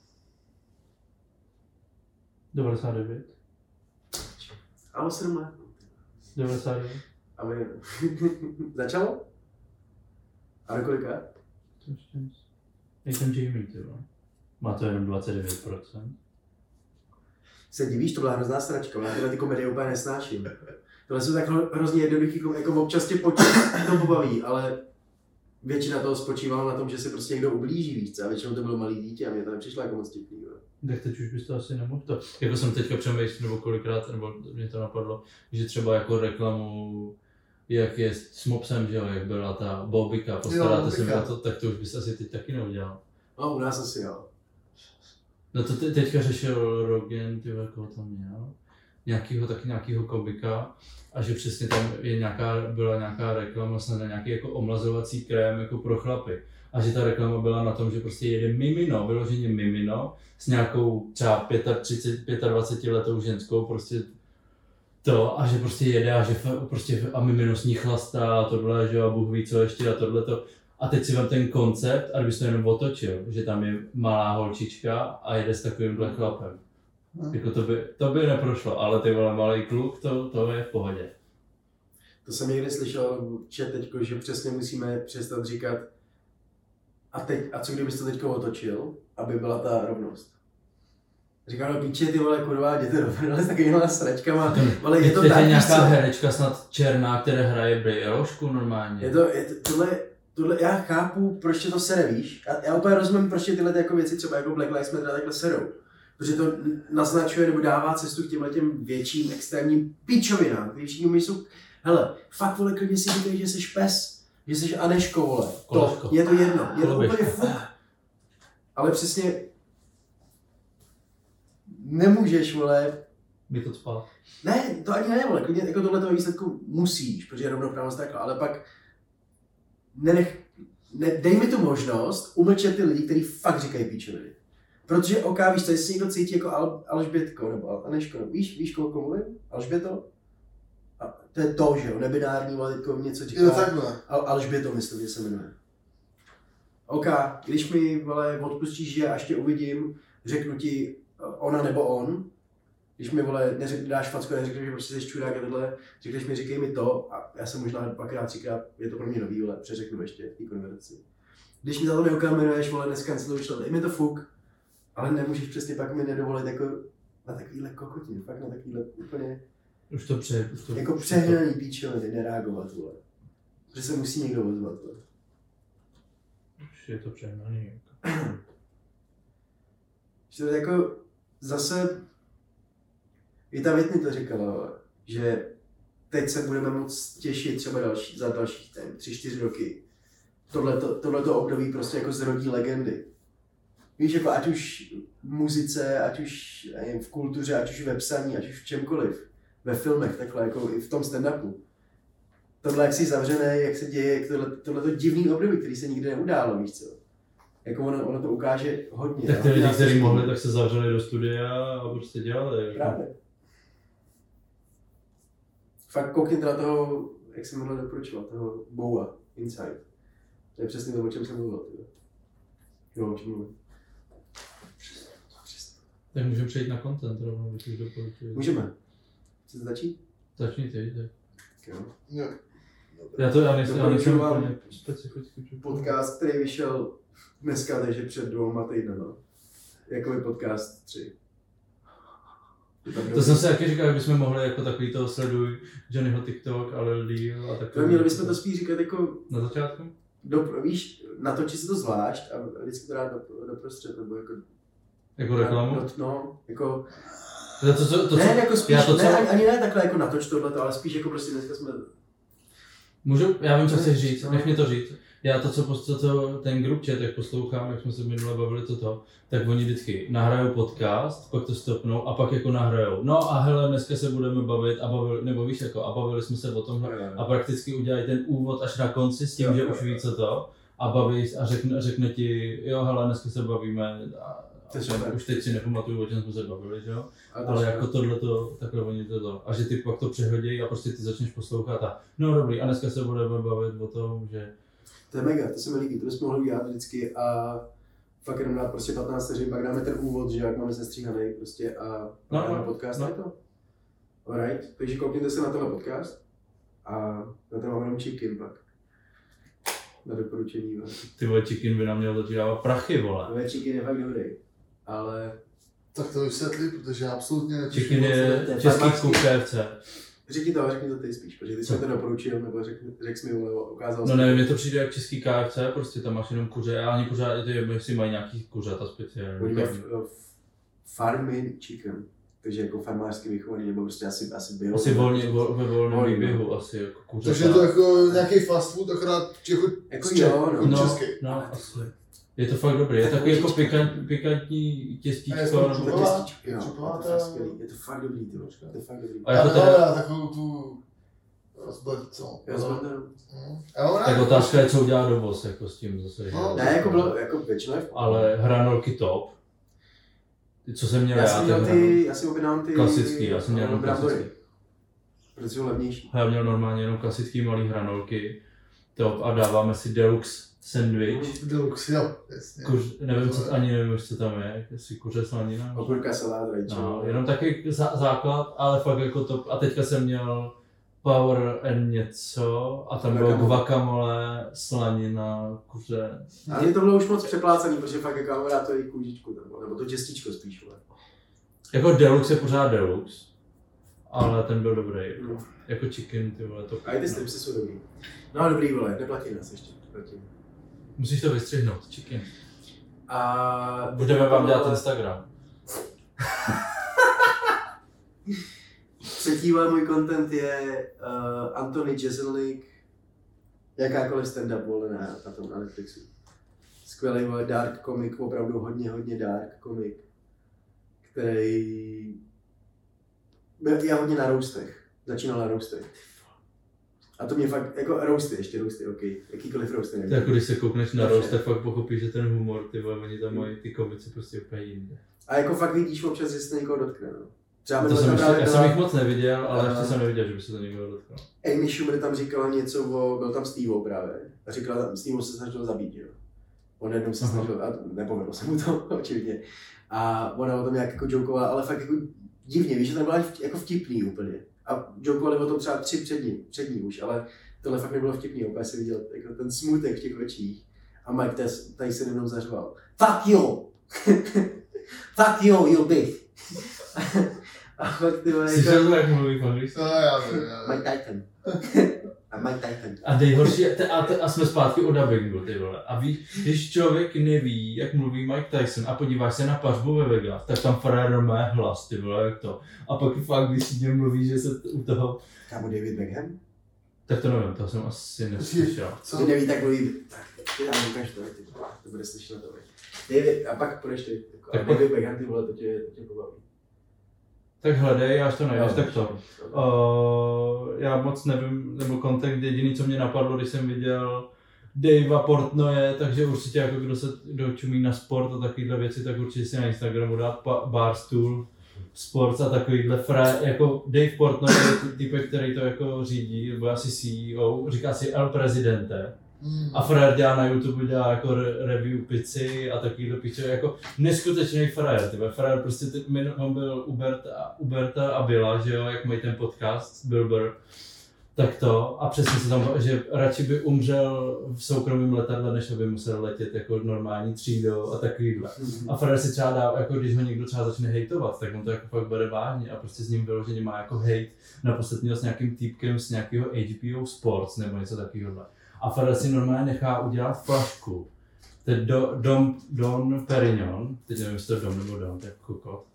devadesát devět. Ale sedm let. devadesát devět. A my... Začalo? A do kolika? To ještě nic. Je ten Jamie, ty vole. Má to jenom dvacet devět procent. Se divíš, to byla hrozná sračka, já tyhle ty komedie úplně nesnáším. Tohle jsou tak hrozně jednoduchý, jako občas tě počít, to pobaví, ale většina toho spočívala na tom, že se prostě někdo ublíží víc a většinou to bylo malý dítě a mě to nepřišlo jako moc tipný. Tak teď už bys to asi nemohl to. Jako jsem teďka přemýšlel, nebo kolikrát, nebo mě to napadlo, že třeba jako reklamu, jak je s Mopsem, že jo, jak byla ta Bobika, postaráte se mi na to, tak to už bys asi teď taky neudělal. No, u nás asi jo. No to te, teďka řešil Rogan, ty koho tam měl, nějakýho, taky nějakýho komika a že přesně tam je nějaká, byla nějaká reklama vlastně na nějaký jako omlazovací krém jako pro chlapy. A že ta reklama byla na tom, že prostě jede mimino, vyloženě mimino, s nějakou třeba třicet pět, dvacet pět letou ženskou prostě to a že prostě jede a že prostě a mimino s ní chlastá a tohle, že a Bůh ví co ještě a tohleto. A teď si vám ten koncept a kdybys to jenom otočil, že tam je malá holčička a jede s takovýmhle chlapem. Hmm. Jako to by, to by neprošlo, ale ty vole malý kluk, to, to je v pohodě. To jsem někdy slyšel, že teďko, že přesně musíme přestat říkat a, teď, a co kdybys to teďko otočil, aby byla ta rovnost. Říkám, no píče ty vole kurva, jděte do prdele s takovýma sračkama, ale je to teď tak. Je nějaká herečka snad černá, která hraje Běložku normálně. Je to, je to, tohle, tohle, já chápu, proč tě to sere, víš? Já, já úplně rozumím, proč tě tyhle ty jako věci, třeba jako Black Lives Matter takhle serou. Protože to naznačuje nebo dává cestu k těmhle těm větším extrémním píčovinám, který všichni umí jsou, hele, fakt vole, klidně si říkají, že jsi pes, že jsi Aneško, vole, to, je to jedno, je to úplně fuk. Ale přesně, nemůžeš, vole, mi to spát. ne, to ani ne, vole, klidně jako tohleto výsledku musíš, protože je rovnoprávnost takhle, ale pak nenech, ne, dej mi tu možnost umlčet ty lidi, kteří fakt říkají píčoviny. Protože OK, víš co, jestli někdo cítí jako Al, Alžbětko nebo Aneško, nebo víš, víš koho mluvím? Alžběto? A to je to, že jo, nebinární, ale jako něco říká. Jo, takhle. Al, Alžběto, myslím, že se jmenuje. OK, když mi, vole, odpustíš, že až tě uvidím, řeknu ti ona nebo on, když mi, vole, neřek, dáš facku a neřekneš, že prostě jsi čurák a tohle, řekneš mi, říkej mi to a já jsem možná dvakrát, třikrát, je to pro mě nový, vole, přeřeknu ještě v té konverzaci. Když mi za to neokamenuješ, vole, neskanceluj člověk, je mi to fuk, ale nemůžeš přesně pak mi nedovolit jako na takovýhle kokotiny, fakt na takovýhle úplně Už to pře... Už to, jako už přehnaný píčoviny, nereagovat, vole. Protože se musí někdo ozvat, vole. Už je to přehnaný. Že to je jako zase, i ta Whitney to říkala, že teď se budeme moc těšit třeba další, za další ten, tři, čtyři roky. Tohleto, tohleto období prostě jako zrodí legendy. Víš, jako ať už v muzice, ať už nevím, v kultuře, ať už ve psaní, ať už v čemkoliv. Ve filmech, takhle jako i v tom stand-upu. Tohle, jak jsi zavřený, jak se děje, jak tohle, tohleto divný období, který se nikdy neudálo, víš co. Jako ono, ono to ukáže hodně. Tak ty lidi, kteří mohli, tak se zavřeli do studia a prostě dělali. Právě. Fakt koukněte na toho, jak jsem minule doporučoval, toho Boua, Inside. To je přesně to, o čem jsem mluvil. Tyhle. Jo, o čem mluvím. Tak můžeme přejít na content, rovnou, když už doporučuji. Můžeme. Chcete začít? Začni ty, tak. Jo. Jo. Já to, já nejsem, já nejsem vám úplně specifický. podcast, který vyšel dneska, takže před dvouma týdnama. Jakoby podcast tři. To jsem si taky říkal, že bychom mohli jako takový to sleduj Johnnyho TikTok, ale Lil a takový. To měli bychom to spíš říkat jako, Na začátku? do, víš, natočit si to zvlášť a vždycky to dát do, do prostřed, nebo jako... Jako reklamu? Do, no, jako... To, to, to, to, ne, co, jako spíš, já to, co, ne, ani, ani ne takhle jako natoč tohleto, ale spíš jako prostě dneska jsme... Můžu, já vím, co Ne, chceš říct, no. nech mě to říct. Já to, co, co to, ten group chat, jak poslouchám, jak jsme se minule bavili toto, tak oni vždycky nahrajou podcast, pak to stopnou a pak jako nahrajou. No a hele, dneska se budeme bavit a bavili, nebo víš jako, a bavili jsme se o tomhle a prakticky udělají ten úvod až na konci s tím, Jo, že jo, už ví co to a baví a řekne, řekne ti, jo hele, dneska se bavíme a, To je a super. už teď si nepamatuju, o čem jsme se bavili, že jo? Ale, Ale jako tohle to, takhle oni to to. A že ty pak to přehodí a prostě ty začneš poslouchat a no dobrý, a dneska se budeme bavit o tom, že... To je mega, to se mi líbí, to bychom mohli udělat vždycky a fakt jenom dát prostě patnáct vteřin, pak dáme ten úvod, že jak máme sestříhaný prostě a No, dáme no, podcast no. na to. Alright, takže koukněte se na tenhle podcast a na ten máme jenom chicken pak. Na doporučení. Vole. Ty vole, Chicken by nám měl začít dávat prachy, vole. No, chicken je fakt dobrý, ale Tak to vysvětli, protože já absolutně netuším. Chicken je to je český farmářský. kup K F C. řekni to, řekni to ty spíš, protože ty jsi Co? mi to doporučil, nebo řekl, řekl jsi mi, vole, ukázal No jsi. nevím, mně to přijde jak český K F C, prostě tam máš jenom kuře, a ani pořád, to je, jestli mají nějaký kuřata speciální. Oni mají f- f- farming chicken, takže jako farmářsky vychovaný, nebo prostě asi, asi bio. Asi volně, vol, ve volném Volný, výběhu, asi jako kuřata. Takže je to jako nějaký fast food, akorát jako, Jako z Čech, jo, no. jako No, český. no, asi. Je to fakt dobrý, je takový jako pikant, pikantní těstíčko. A je to nebo- čupa- To Čokoládě? těstíčko, jo, je to Čokoláda? fakt skvělý, je to fakt dobrý, ty vole, to je fakt dobrý. A jako A teda, teda takovou tu rozbledcou. Já jsem ten, Já mám rád. tak otázka je, co udělá dovoz jako s tím zase. že? No, ne, jako bylo, jako většinou je v pohodě. Ale hranolky top. Ty, co jsem měl Já já, jsem ty měl ty, já si objednám ty... klasický, já jsem měl jenom brambory, klasický. protože jsou levnější. Já měl normálně jenom klasický malý hranolky. Top a dáváme si deluxe sandwich. Deluxe, jo, jasně. Kuř, nevím, co, ani nevím, co tam je, jestli kuře slanina. Okurka, salát, rajčo. No, jenom taky zá, základ, ale fakt jako top. A teďka jsem měl power and něco a tam bylo Guacamole. guacamole, slanina, kuře. Ale to bylo už moc přeplácaný, protože fakt jako mám rád to i kůžičku, nebo, nebo to těstíčko spíš, vole. Jako deluxe je pořád deluxe, ale ten byl dobrý. No. Jako chicken, ty vole, to. A i ty stripsy jsou dobrý. No dobrý, vole, neplatí nás ještě. Platí. Musíš to vystřihnout, chicken. A... Budeme vám dělat Instagram. Třetí můj content je uh, Anthony Jeselnik, jakákoliv stand-up, vole, na, na tom na Netflixu. Skvělý, vole, dark komik, opravdu hodně, hodně dark komik, který je hodně na roastech, začínal na roastech. A to mě fakt, jako roasty, ještě roasty, ok, jakýkoliv roasty. To jako když se koukneš na roast, tak fakt pochopíš, že ten humor, ty vole, oni tam mají ty komici prostě úplně jinde. A jako fakt vidíš občas, že se někoho dotkne, no. Třeba To jsem ještě, já jsem jich moc neviděl, ale a... ještě jsem neviděl, že by se to někoho dotknul. Amy Schumer tam říkala něco o, byl tam Steve právě, a říkala tam, Steve se snažil zabít, jo. On jednou se snažil, a nepovedlo se mu to, očividně. A ona o tom nějak jako jokovala, ale fakt jako divně, víš, že tam byla jako vtipný úplně. A jokovali o tom třeba tři před ní, před ní už, ale tohle fakt nebylo vtipný, úplně si viděl jako ten smutek v těch očích. A Mike tady se jenom zařval, fuck you! Fuck you, you bitch! A fakt ty vole, Slyšel to, jak mluví v angličtině? No já vím, já vím. Mike Tyson. A Mike Tyson. A nejhorší, a, a, a jsme zpátky u dubbingu, ty vole. A víš, když člověk neví, jak mluví Mike Tyson a podíváš se na pařbu ve Vegas, tak tam frajer má hlas, ty vole, jak to. A pak fakt, když si něm mluví, že se u toho... Kámo David Beckham? Tak to nevím, to jsem asi neslyšel. Co? Ty neví, tak mluví, tak ty nám ukáž to, ty vole, to bude slyšet na to. David, a pak půjdeš ty, jako, a David Beckham, ty vole, to tě, to tě pobaví. Tak hledej, až to najdeš, No, tak to. Uh, já moc nevím, nebo content, jediný, co mě napadlo, když jsem viděl Davea Portnoje, takže určitě jako kdo se kdo čumí na sport a takovýhle věci, tak určitě si na Instagramu dát pa, Barstool Sports a takovýhle fra, jako Dave Portnoy je typek, který to jako řídí, nebo asi C E O, říká si El Presidente. A frajer dělá na YouTube, dělá jako re- review pici a takovýhle piče, jako neskutečný frajer, tyhle frajer prostě, ty, on byl Uberta, Uberta a Billa, že jo, jak mají ten podcast, Bill Burr, tak to a přesně se tam, že radši by umřel v soukromém letadle, než aby musel letět jako normální třídou a takovýhle. A frajer si třeba dá, jako když ho někdo třeba začne hejtovat, tak on to jako fakt bere vážně a prostě s ním vyloženě má jako hejt, naposled měl s nějakým týpkem z nějakého H B O Sports nebo něco takového. A Farel si normálně nechá udělat flašku. To je do, Dom, Don Perignon, teď nevím, jestli to je Dom nebo Don, to je kokot.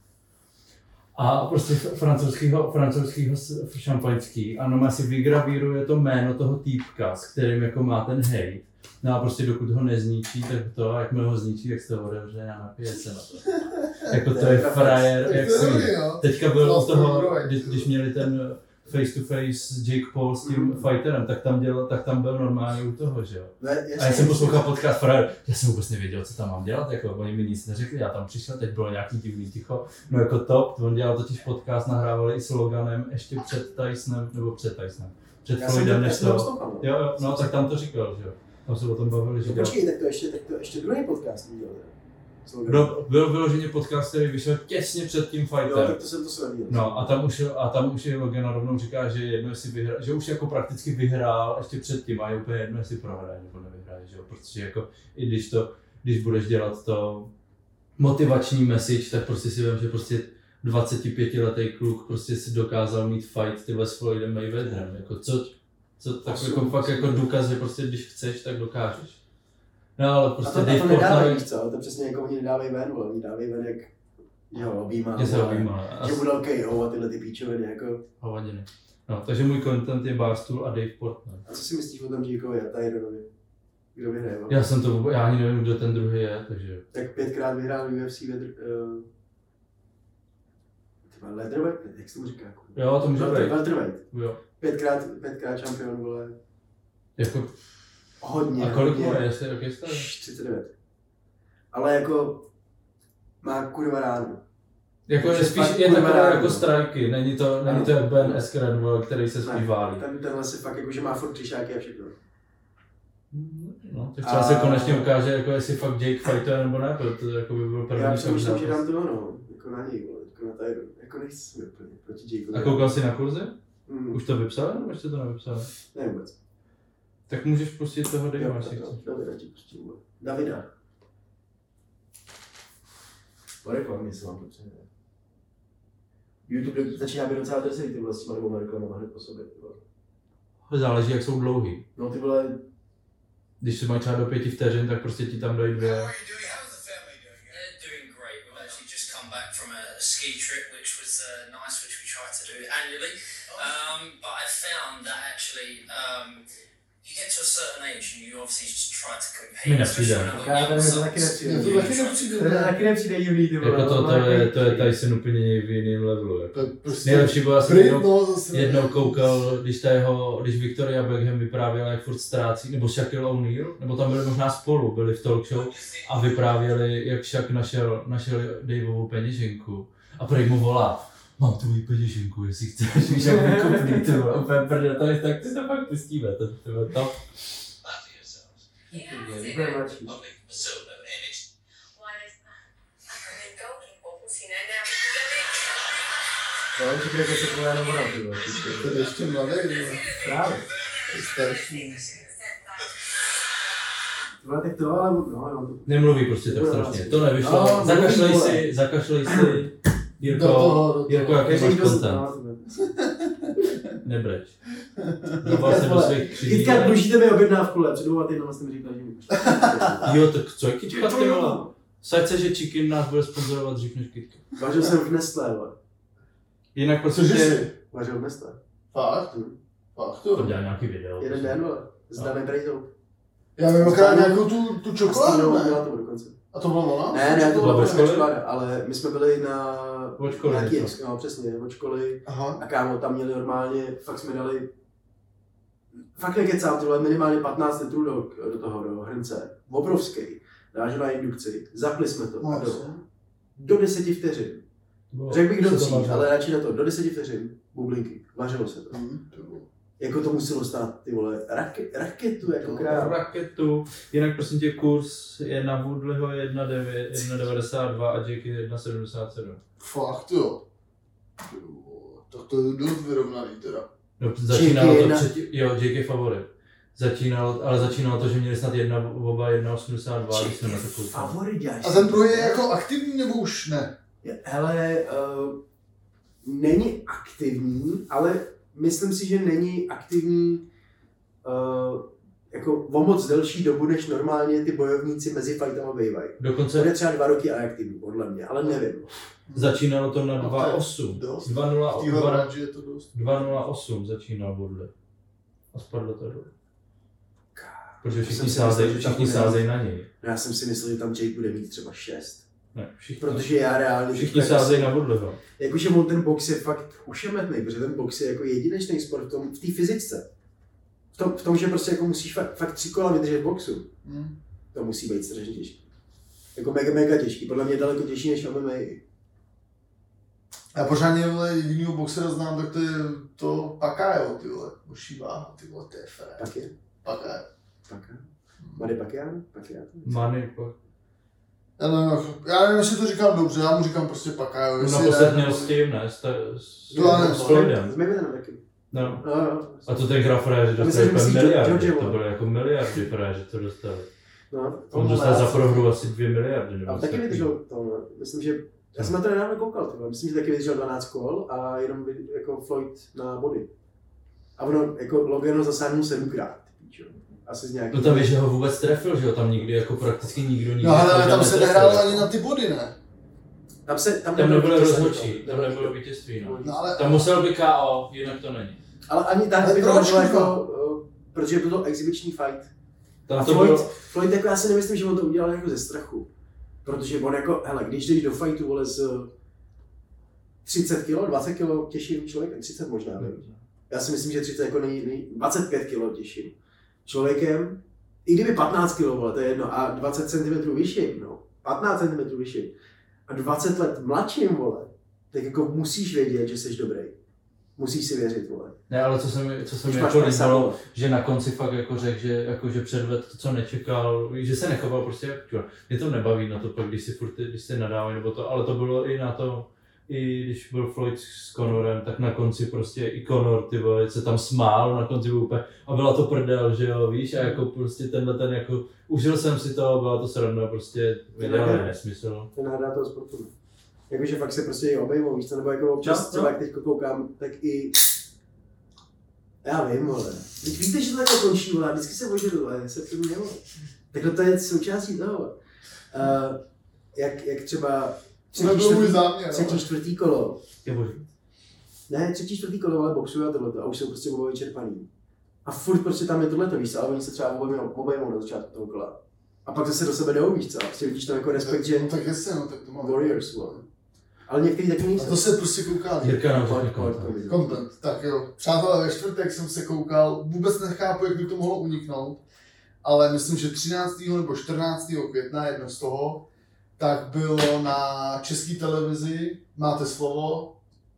A prostě francouzskýho, francouzskýho šampaňský a normálně si vygravíruje to jméno toho týpka, s kterým jako má ten hejt. No a prostě dokud ho nezničí, tak to, a jakmile ho zničí, tak se to otevře a napije se na to. Jako to je frajer, jak si. Teďka byl u toho, když, když měli ten face to face Jake Paul s tím mm. fighterem, tak tam, dělal, tak tam byl normálně u toho, že jo. No, a já jsem poslouchal podcast frajer, já jsem vůbec nevěděl, co tam mám dělat, jako oni mi nic neřekli, já tam přišel, teď bylo nějaký divný ticho, no jako top, on dělal totiž podcast, nahrávali i s Loganem ještě před Tysonem, nebo před Tysonem, před Floydem, než to, jo, jo, no tak tam to říkal, že jo, tam se o tom bavili, že no, počkej, tak to ještě, tak to ještě druhý podcast udělal, No, byl vyloženě podcast, který vyšel těsně před tím fightem. Jo, tak to jsem to sledil. No a tam už, a tam už je Logan rovnou říká, že jedno si vyhrál, že už jako prakticky vyhrál ještě před tím a je úplně jedno, jestli prohraje nebo nevyhraje, že jo, protože jako i když to, když budeš dělat to motivační message, tak prostě si vím, že prostě dvacetipětiletý kluk prostě si dokázal mít fight tyhle s Floydem Mayweatherem, jako co, co tak jako fakt jako důkaz, že prostě když chceš, tak dokážeš. No ale prostě a to, Dave to nedávají, Portnoy... víš co, to přesně jako oni nedávají ven, ale oni dávají ven jak, jo, objímá, že se objímá. Že budou K O a tyhle ty píčoviny jako... Hovadiny. No, takže můj content je Barstool a Dave Portnoy. A co si myslíš o tom Jakeovi a Tyronovi? Kdo vyhraje? Já jsem to vůbec, já ani nevím, kdo ten druhý je, takže... Tak pětkrát vyhrál U F C vedr... Uh... Tyba, leatherweight? Jak se tomu říká? Jo, to může být. Welterweight. Jo. Pětkrát, pětkrát šampion, vole. Jako... Hodně, A kolik hodně. má, jestli jak je starý? třicet devět. Ale jako má kurva ránu. Jako je spíš je taková jako strajky, není to, není to jak Ben Askren, který se spíš válí. Ten, tenhle si fakt jako, že má furt křišáky a všechno. No, tak třeba a... se konečně ukáže, jako jestli fakt Jake fighter nebo ne, protože jako by byl první. Já přemýšlím, že dám to no, jako na něj, jako na Tyron. Jako nechci si úplně proti Jakeovi. A koukal jsi na kurzy? Mm. Už to vypsal, nebo ještě to nevypsal? Ne vůbec. Tak můžeš pustit toho Davida, jestli chceš. Davida ti pustím. Davida. Po reklamě se vám potřebuje. YouTube začíná být docela drsný, ty vole, s těma dvouma reklamama hned po sobě, ty vole. Záleží, jak jsou dlouhý. No ty vole... Když se mají třeba do pěti vteřin, tak prostě ti tam dají dvě. From a, a ski trip, which was uh, nice, which we try to do annually. Um, but I found that actually um, you get to a certain age and you obviously just try to compete. Nepřijde. To taky nepřijde. To taky nepřijde. To taky nepřijde divný, ty vole. Jako to, to, je, to je Tyson úplně v jiném levelu. Jako. Nejlepší bylo, já jsem jednou, jednou koukal, když, ta jeho, když Victoria Beckham vyprávěla, jak furt ztrácí, nebo Shaquille O'Neal, nebo tam byli možná spolu, byli v talk show a vyprávěli, jak Shaq našel, našel Daveovu peněženku. A prej mu volá, mám tvoji peněženku, jestli chceš, víš, jak vykopný, ty vole, úplně prdě, to je tak, ty se fakt pustíme, to, to je top. Já už říkám, že se tvoje jenom voda, ty vole. To je ještě mladý, jo. Právě. To je starší. Tohle tak to, ale no, no. Nemluví prostě tak strašně, to nevyšlo, No, zakašlej mluví, si, zakašlej si, Jirko, Do toho, do toho. Jirko, jaký máš content, No, nebreč. Zabal se do svých křidí. Kitka, dlužíte mi objednávku, le, před dvouma týdnama jste mi říkali, že mi Jo, tak co je Kitka, ty vole? Saď se, že Chicken nás bude sponzorovat dřív než Kitka. Vážil jsem v Nestlé, vole. Jinak Cože prostě... jsi? Vážil v Nestlé. Fakt? Fakt To to? dělá nějaký video. Jeden den, vole. S Danem Brejtou. Já vím akorát nějakou tu, tu čokoládu, ne? Měla to dokonce. A to byla ona? Ne, ne, to byla byla ve škole? čokoláda, ale my jsme byli na... Od školy Nějaký, něco. no přesně, od školy. Aha. A kámo, tam měli normálně, fakt jsme dali... Fakt nekecám, tyhle minimálně patnáct litrů do, do toho, do hrnce. Obrovský. Dáš na indukci, zapli jsme to. No, A do, do deseti vteřin. Řekl bych do tří, ale radši na to, do deseti vteřin, bublinky, vařilo se to. Hmm, to bylo. Jako to muselo stát, ty vole, rake, raketu jako král. Raketu. Jinak prosím tě kurz je na Woodleyho jedna devadesát dva a Jakey jedna sedmdesát sedm. Fakt jo. Tak to je dost vyrovnaný teda. No, začínalo to jedna- třetí, jo, Jakey favorit. Začínalo, ale začínalo to, že měli snad jedna, oba jedna osmdesát dva, když jsme na to koukali. Favorit děláš. A ten druhý je jako aktivní nebo už ne? Hele, uh, není aktivní, ale myslím si, že není aktivní uh, jako o moc delší dobu, než normálně ty bojovníci mezi fightama bývají. To Dokonce je třeba dva roky a je aktivní, podle mě, ale nevím. začínalo to na No, dva to je osm. dost. dva nula V téhle branži je to dost. dva nula osm začínal Woodley. A spadlo to dolů. Protože To jsem všichni si myslel, sázejí, že tam všichni bude- sázejí na něj. Já jsem si myslel, že tam Jake bude mít třeba šest. Ne, všichni, Protože já reálně... všichni sázejí na Woodleyho. Jakože on ten box je fakt ušemetný, protože ten box je jako jedinečný sport v tom, v té fyzice. V tom, v tom, že prostě jako musíš fakt, fakt tři kola vydržet v boxu. Hmm. To musí být strašně těžký. Jako mega, mega těžký. Podle mě daleko těžší než M M A. Já pořádně vole, jedinýho boxera znám, tak to je to Pacquiao, ty vole. Boží váha, ty vole, to je fér. Tak je. Pacquiao. Pacquiao. Manny Pacquiao? Pacquiao. Many, pak. Já nevím, já nevím, jestli to říkám dobře, já mu říkám prostě Pacquiao. No, jestli naposled ne, měl nebo- s tím, ne? S, ta, s, To já nevím, s Floydem. S Mayweatherem taky. No. No, no. A to ten grafréři A dostali myslím, že úplně myslíš miliardy, George to Wall. byly jako miliardy fréři, to dostali. No, On dostal za prohru asi dvě miliardy. nebo A něco taky takového. vydržel to, no. Myslím, že já jsem na to nedávno koukal, tyhle. Myslím, že taky vydržel dvanáct kol a jenom vy- jako Floyd na body. A ono, jako Logan ho zasáhnul sedmkrát, ty píčo. Asi z nějaký... No tam víš, že ho vůbec trefil, že jo, tam nikdy jako prakticky nikdo nikdy No ale žádný tam se netrefil. nehrálo ani na ty body, ne? Tam se, tam, Tam nebylo vítězství, rozhodčí, to. tam nebylo vítězství, no. No ale, Tam musel by K O, jinak to není. Ale ani tak Ale by to proč, nebylo kurva? jako, uh, protože byl to exibiční fight. Tam A to Floyd, bylo, Floyd, jako já si nemyslím, že on to udělal jako ze strachu. Protože on jako, hele, když jdeš do fightu, vole, s třicet kilo, dvacet kilo těžším člověkem, třicet možná, nevím. Já si myslím, že třicet jako není, není dvacet pět kilo těžším člověkem, i kdyby patnáct kilo, vole, to je jedno, a dvacet centimetrů vyšším, no, patnáct centimetrů vyšším, a dvacet let mladším, vole, tak jako musíš vědět, že jsi dobrý. Musíš si věřit, vole. ne, ale co se mi, co se mi Když máš jako padesát, líbilo, vole. že na konci fakt jako řekl, že, jako, že předvedl to, co nečekal, že se nechoval prostě jak čur. Mě to nebaví na to pak, když si furt, když se nadávají nebo to, ale to bylo i na to, i když byl Floyd s Conorem, tak na konci prostě i Conor, ty vole, se tam smál, na konci byl úplně, a byla to prdel, že jo, víš, a jako prostě tenhle ten jako, užil jsem si to, byla to sranda, prostě, vydělaný nesmysl. To je náhrada toho sportu. Jakože fakt se prostě i obejmou, víš co, nebo jako občas No, třeba, no. jak teď koukám, tak i... Já vím, vole. Teď víte, že to takhle končí, vole, vždycky se ožeru, ale se to mělo. Takhle to je součástí toho, vole. Uh, jak, jak třeba To nebyl můj záměr. třetí, čtvrtý kolo. Je boží. Ne, třetí, čtvrtý kolo, ale boxují a tohleto a už jsou prostě oba vyčerpaný. A furt prostě tam je tohleto, víš co, ale oni se třeba obejmou, obejmou na začátku toho kola. A pak zase do sebe jdou, víš co, a prostě vidíš tam jako respekt, že No tak jasně, no tak to má. Warriors, vole. Ale některý taky A nejsou. to se prostě kouká. Jirka nám Pojď, řekne pojď, kontent. pojď. Content, tak jo. Přátelé, ve čtvrtek jsem se koukal, vůbec nechápu, jak by to mohlo uniknout, ale myslím, že třináctého nebo čtrnáctého května, jedno z toho, tak bylo na české televizi, máte slovo,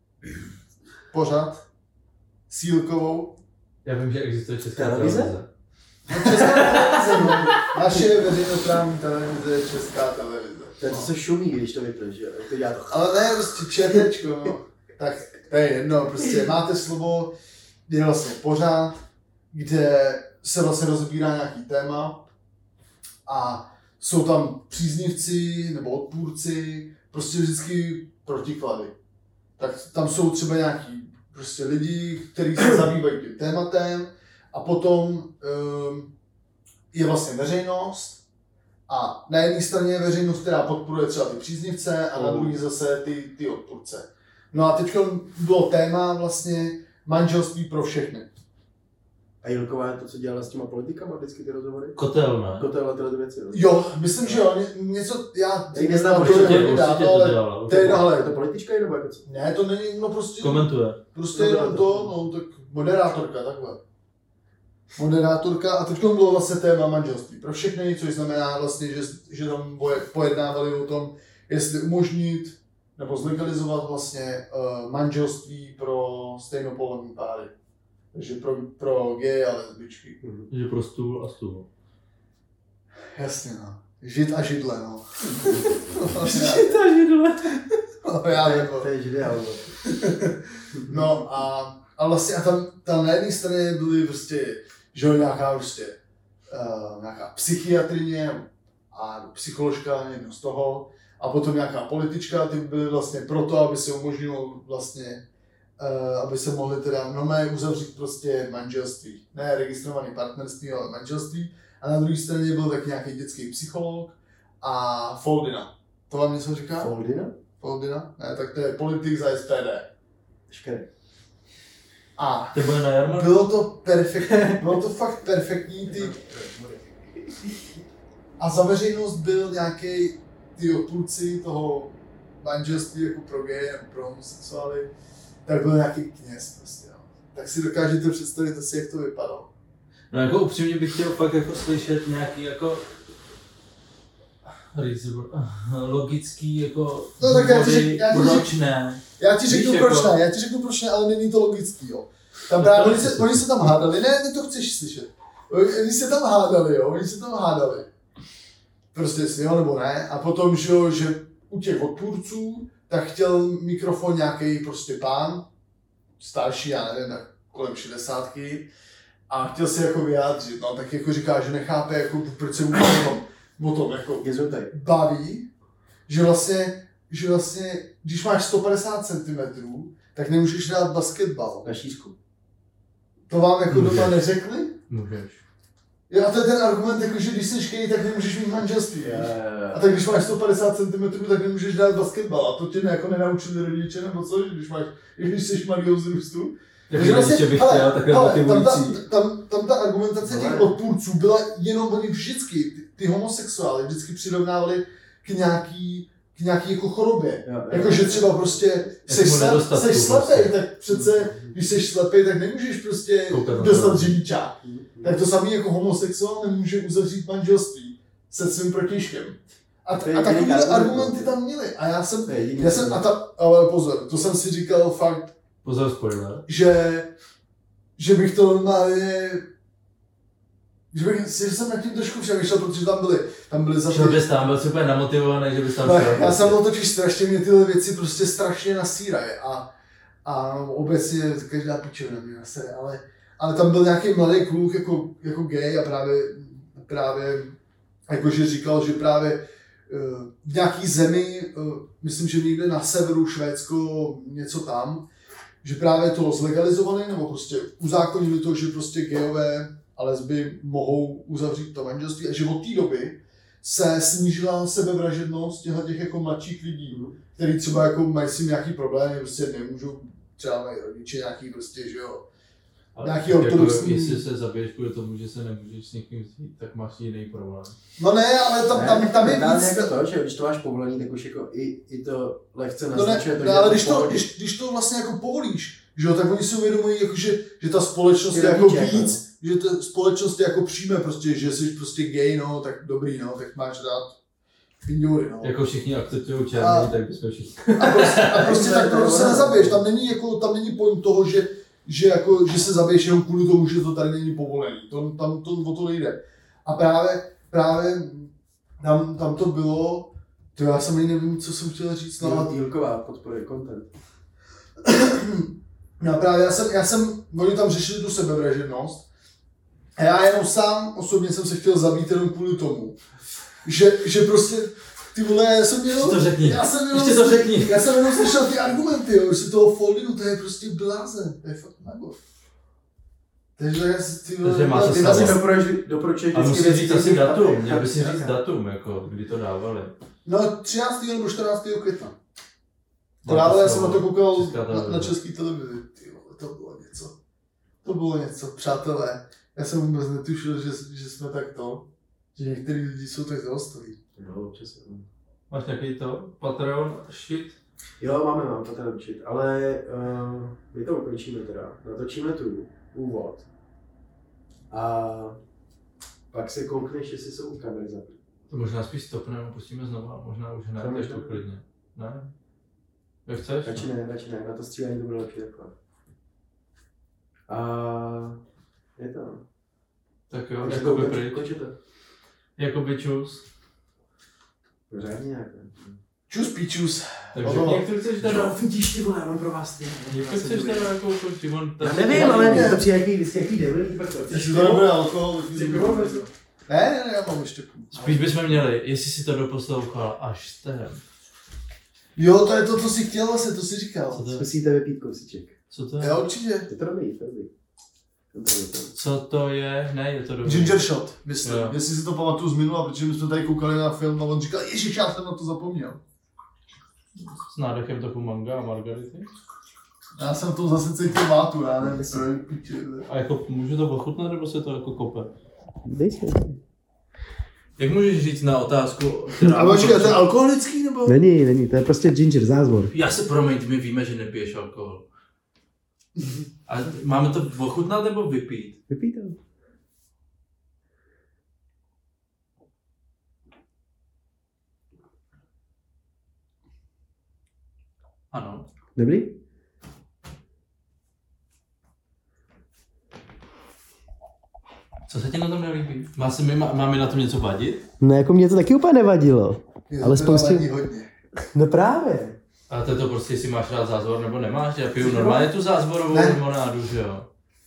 pořad, s Jílkovou. Já vím, že existuje česká Televize? televize. No, česká televize, no. Naše veřejnoprávní televize, česká televize. To je to, co šumí, když to vypneš, že jo, jak to dělá to. Ale ne, prostě četečko, no. Tak to je jedno, prostě máte slovo, je vlastně pořád, kde se vlastně rozebírá nějaký téma a jsou tam příznivci nebo odpůrci, prostě vždycky protiklady. Tak tam jsou třeba nějaký prostě lidi, kteří se zabývají tím tématem a potom um, je vlastně veřejnost a na jedné straně je veřejnost, která podporuje třeba ty příznivce a na druhé zase ty, ty odpůrce. No a teď bylo téma vlastně manželství pro všechny. A Jilková je to, co dělala s těma politikama, vždycky ty rozhovory? Kotel, ne? Kotel a tyhle ty věci, no. Jo, myslím, že jo, ně, něco, já Já ji neznám, to určitě, hodně určitě dávno, to ale dělala. to je, no, Je ale to politička nebo jako co? ne, to není, no prostě, Komentuje. prostě jenom to, no tak moderátorka, takhle. Moderátorka a teď bylo vlastně téma manželství pro všechny, což znamená vlastně, že, že tam pojednávali o tom, jestli umožnit nebo zlegalizovat vlastně uh, manželství pro stejnopohlavní páry. Takže pro, pro gay a lesbičky. Že pro stůl a stůl. Jasně, no. Žid a židle, no. Žid a židle. No, já To je- nebo. To je žideál, no. No a, a vlastně a tam, tam na jedné straně byly prostě, že jo, nějaká prostě, uh, nějaká psychiatrině a psycholožka, jedno z toho, a potom nějaká politička, ty byly vlastně proto, aby se umožnilo vlastně, uh, aby se mohly teda nomé uzavřít prostě manželství. Ne registrované partnerství, ale manželství. A na druhé straně byl taky nějaký dětský psycholog a Foldina. To vám něco říká? Foldina? Foldina? Ne, tak to je politik za S P D. Škary. A To bude na jarmarku? bylo to perfektní, bylo to fakt perfektní, ty... A za veřejnost byl nějaký ty odpůrci toho manželství jako pro gay nebo pro homosexuály, tak byl nějaký kněz prostě, no. Tak si dokážete představit asi, jak to vypadalo. No jako upřímně bych chtěl fakt jako slyšet nějaký jako logický jako No tak já ti důvody, řek- já ti proč ne. Já ti řeknu Víš, proč jako- ne, já ti řeknu proč ne, ale není to logický, jo. Tam právě, oni, se, oni se tam hádali, ne, ty to chceš slyšet. Oni se tam hádali, jo, oni se tam hádali. Prostě jestli jo nebo ne. A potom, že jo, že u těch odpůrců, tak chtěl mikrofon nějaký prostě pán, starší, já nevím, tak kolem šedesátky, a chtěl se jako vyjádřit, no, tak jako říká, že nechápe, jako, proč se vůbec o tom, o tom jako Jezu tady. baví, že vlastně, že vlastně, když máš sto padesát centimetrů, tak nemůžeš hrát basketbal. Na šířku. To vám jako Můžeš. doma neřekli? Můžeš. Jo, a to je ten argument, jako, že když jsi škej, tak nemůžeš mít manželství. Je, víš? je, je. A tak když máš sto padesát centimetrů, tak nemůžeš hrát basketbal. A to tě jako nenaučili rodiče, nebo co, že když máš, i když jsi malýho vzrůstu. Takže vlastně, bych ale- chtěl takhle ale tam, motivující. ta, tam, tam ta argumentace těch Ale- odpůrců byla jenom, oni vždycky, ty, ty homosexuály vždycky přirovnávali k nějaký, k nějaký jako chorobě. Jo, jo. Jakože třeba prostě jsi, Jakomu slep, nedostatku jsi slepej, prostě. tak přece, když jsi slepej, tak nemůžeš prostě Koukat na dostat to. řidičák. Tak to samý jako homosexuál nemůže uzavřít manželství se svým protižkem. A, To je a jediný takové argument. argumenty tam měli. A já jsem, To je jediný já jsem, a argument. ta, ale pozor, to jsem si říkal fakt, Pozor, spoiler. že, že bych to normálně, že bych si jsem nad tím trošku přemýšlel, protože tam byly, tam byly za Šel bys tam, byl super namotivovaný, že bys tam No, šel. já jsem byl totiž strašně, mě tyhle věci prostě strašně nasírají a, a obecně každá pičovina mě nasere, ale, ale tam byl nějaký mladý kluk jako, jako gay a právě, právě jakože říkal, že právě v nějaký zemi, myslím, že někde na severu Švédsko, něco tam, že právě to zlegalizovali, nebo prostě uzákonili to, že prostě gayové a lesby mohou uzavřít to manželství a že od té doby se snížila sebevražednost těchto těch jako mladších lidí, který třeba jako mají si nějaký problémy, prostě nemůžou, třeba mají rodiče nějaký prostě, že jo, ale nějaký ortodoxní. Jako, jestli se zabiješ kvůli tomu, že se nemůžeš s někým vzít, tak máš jiný problém. No ne, ale tam, tam, tam je víc. víc. Jako to, že když to máš povolení, tak už jako i, i to lehce No naznačuje ne, to, ne, že ale to když to, když, když to vlastně jako povolíš, že jo, tak oni si uvědomují, jako, že, že ta společnost je jako rodiče, víc, že ta společnost je jako přijme prostě, že jsi prostě gay, no, tak dobrý, no, tak máš rád pindury, no. Jako všichni akceptují černý, A- tak bychom všichni. A prostě, a prostě tak to se nezabiješ, tam není jako, tam není point toho, že, že jako, že se zabiješ jenom kvůli tomu, že to tady není povolený, to, tam to o to nejde. A právě, právě tam, tam to bylo, to já jsem ani nevím, co jsem chtěl říct, no, ale Jílková podporuje content. no právě já jsem, já jsem, oni tam řešili tu sebevražednost a já jenom sám osobně jsem se chtěl zabít jenom kvůli tomu, že, že prostě, ty vole, já jsem jenom, to řekni. já jsem jenom, Ještě to řekni. já jsem jenom slyšel ty argumenty, jo, že toho Foldinu, to je prostě blázen, to je fakt nago. Takže já si ty vole, Takže má se ty Ty stalo. asi doporučuješ doporučuješ A vždycky musím věci, říct asi které datum, chápeš. měl by si říct Chápeš. datum, jako, kdy to dávali. No třináctého nebo čtrnáctého května. To Máte dávali, já jsem na slovo. to koukal Česká na, televize. na český televizi. Ty vole, to bylo něco. To bylo něco, přátelé. Já jsem vůbec netušil, že, že jsme tak to, že některý lidi jsou tak zaostalí. No, občas jo. Máš nějaký to? Patreon shit? Jo, máme, mám to teda učit, ale uh, my to ukončíme teda. Natočíme tu úvod. A pak se koukneš, jestli jsou kamery zapnuté. To možná spíš stopneme, pustíme znova, možná už ne, To tak to možná. klidně. Ne? Jak chceš? Radši ne, radši ne, na to střílení to bylo lepší takhle. A je to. Tak jo, Takže jakoby konč- pryč. končíte. Jakoby čus. Pořádně nějak. Čus píčus. Takže Ono- jak to chceš Jo, teda? vidíš ty vole, já mám pro vás ty. Jak to chceš teda jako ukončit? On Já tak- nevím, ale mě to přijde jaký, jaký debilní pak to. Jestli to nebude alkohol, Chci pivo, nebo co? Ne, ne, ne, já mám ještě půl. Spíš bychom měli, jestli si to doposlouchal až sem. Jo, to je to, co jsi chtěl vlastně, to jsi Co říkal. to je? Zkusíte vypít kousíček. Co to je? Jo, určitě. Je to dobrý, je to dobrý. Je to dobrý. Co to je? Ne, je to dobrý. Ginger shot, myslím. Jo. Jestli si to pamatuju z minula, protože my jsme tady koukali na film a on říkal, ježiš, já jsem na to zapomněl. S nádechem trochu manga a margarity. Já jsem to zase cítil vátu, já nevím, co je píče. A jako může to ochutnat, nebo se to jako kope? Dej si. Jak můžeš říct na otázku, která... A počkej, to je alkoholický nebo? Není, není, to je prostě ginger zázvor. Já se promiň, my víme, že nepiješ alkohol. A máme to ochutnat nebo vypít? Vypij to. Ano. Dobrý? Co se ti na tom nelíbí? Má se mi, má, má mi na tom něco vadit? No jako mě to taky úplně nevadilo. Je, Ale to spoustě- vadí hodně. No právě. A to je to prostě, jestli máš rád zázvor nebo nemáš. Já piju normálně tu zázvorovou Ne. limonádu, že jo?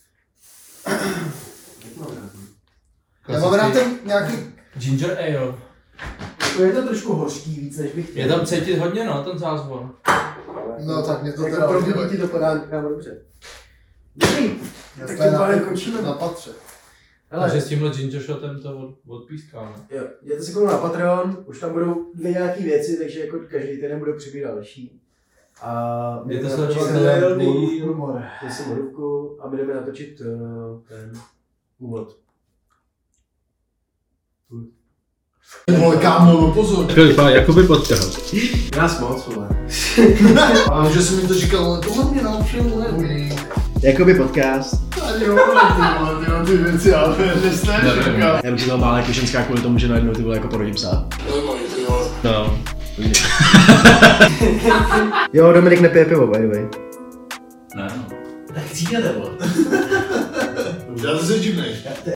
Já mám rád ten nějaký... Ginger ale. Je to trošku hořký víc, než bych Je tam cítit hodně, no, ten zázvor. No tak mě to jako teda hodně probudí vadí. ti to podánka, dobře. Dobrý. Já Tak jsem tím pádem na- končíme. Na patře. Hele, Takže s tímhle ginger shotem to od, odpískáme. jo, jděte si kouknout na Patreon, už tam budou dvě nějaký věci, takže jako každý týden budu přibírat další. A my Jděte jdeme se na natočit Patreon. morůvku, jestli morůvku a my jdeme natočit uh, ten úvod. Vole, kámo, no pozor. Filipa, jakoby podcast. Nás moc, vole. A že jsem mi to říkal, ale tohle mě naučil, nevím. Jakoby podcast. Tady jo, ty vole, ty vole, ty věci, ale že jsi neříkal. Já bych si tam bál jako ženská kvůli tomu, že najednou ty vole jako porodí psa. No. Jo, Dominik nepije pivo, by the way. Ne, no. Tak cítěte, vole. Já zase divnej.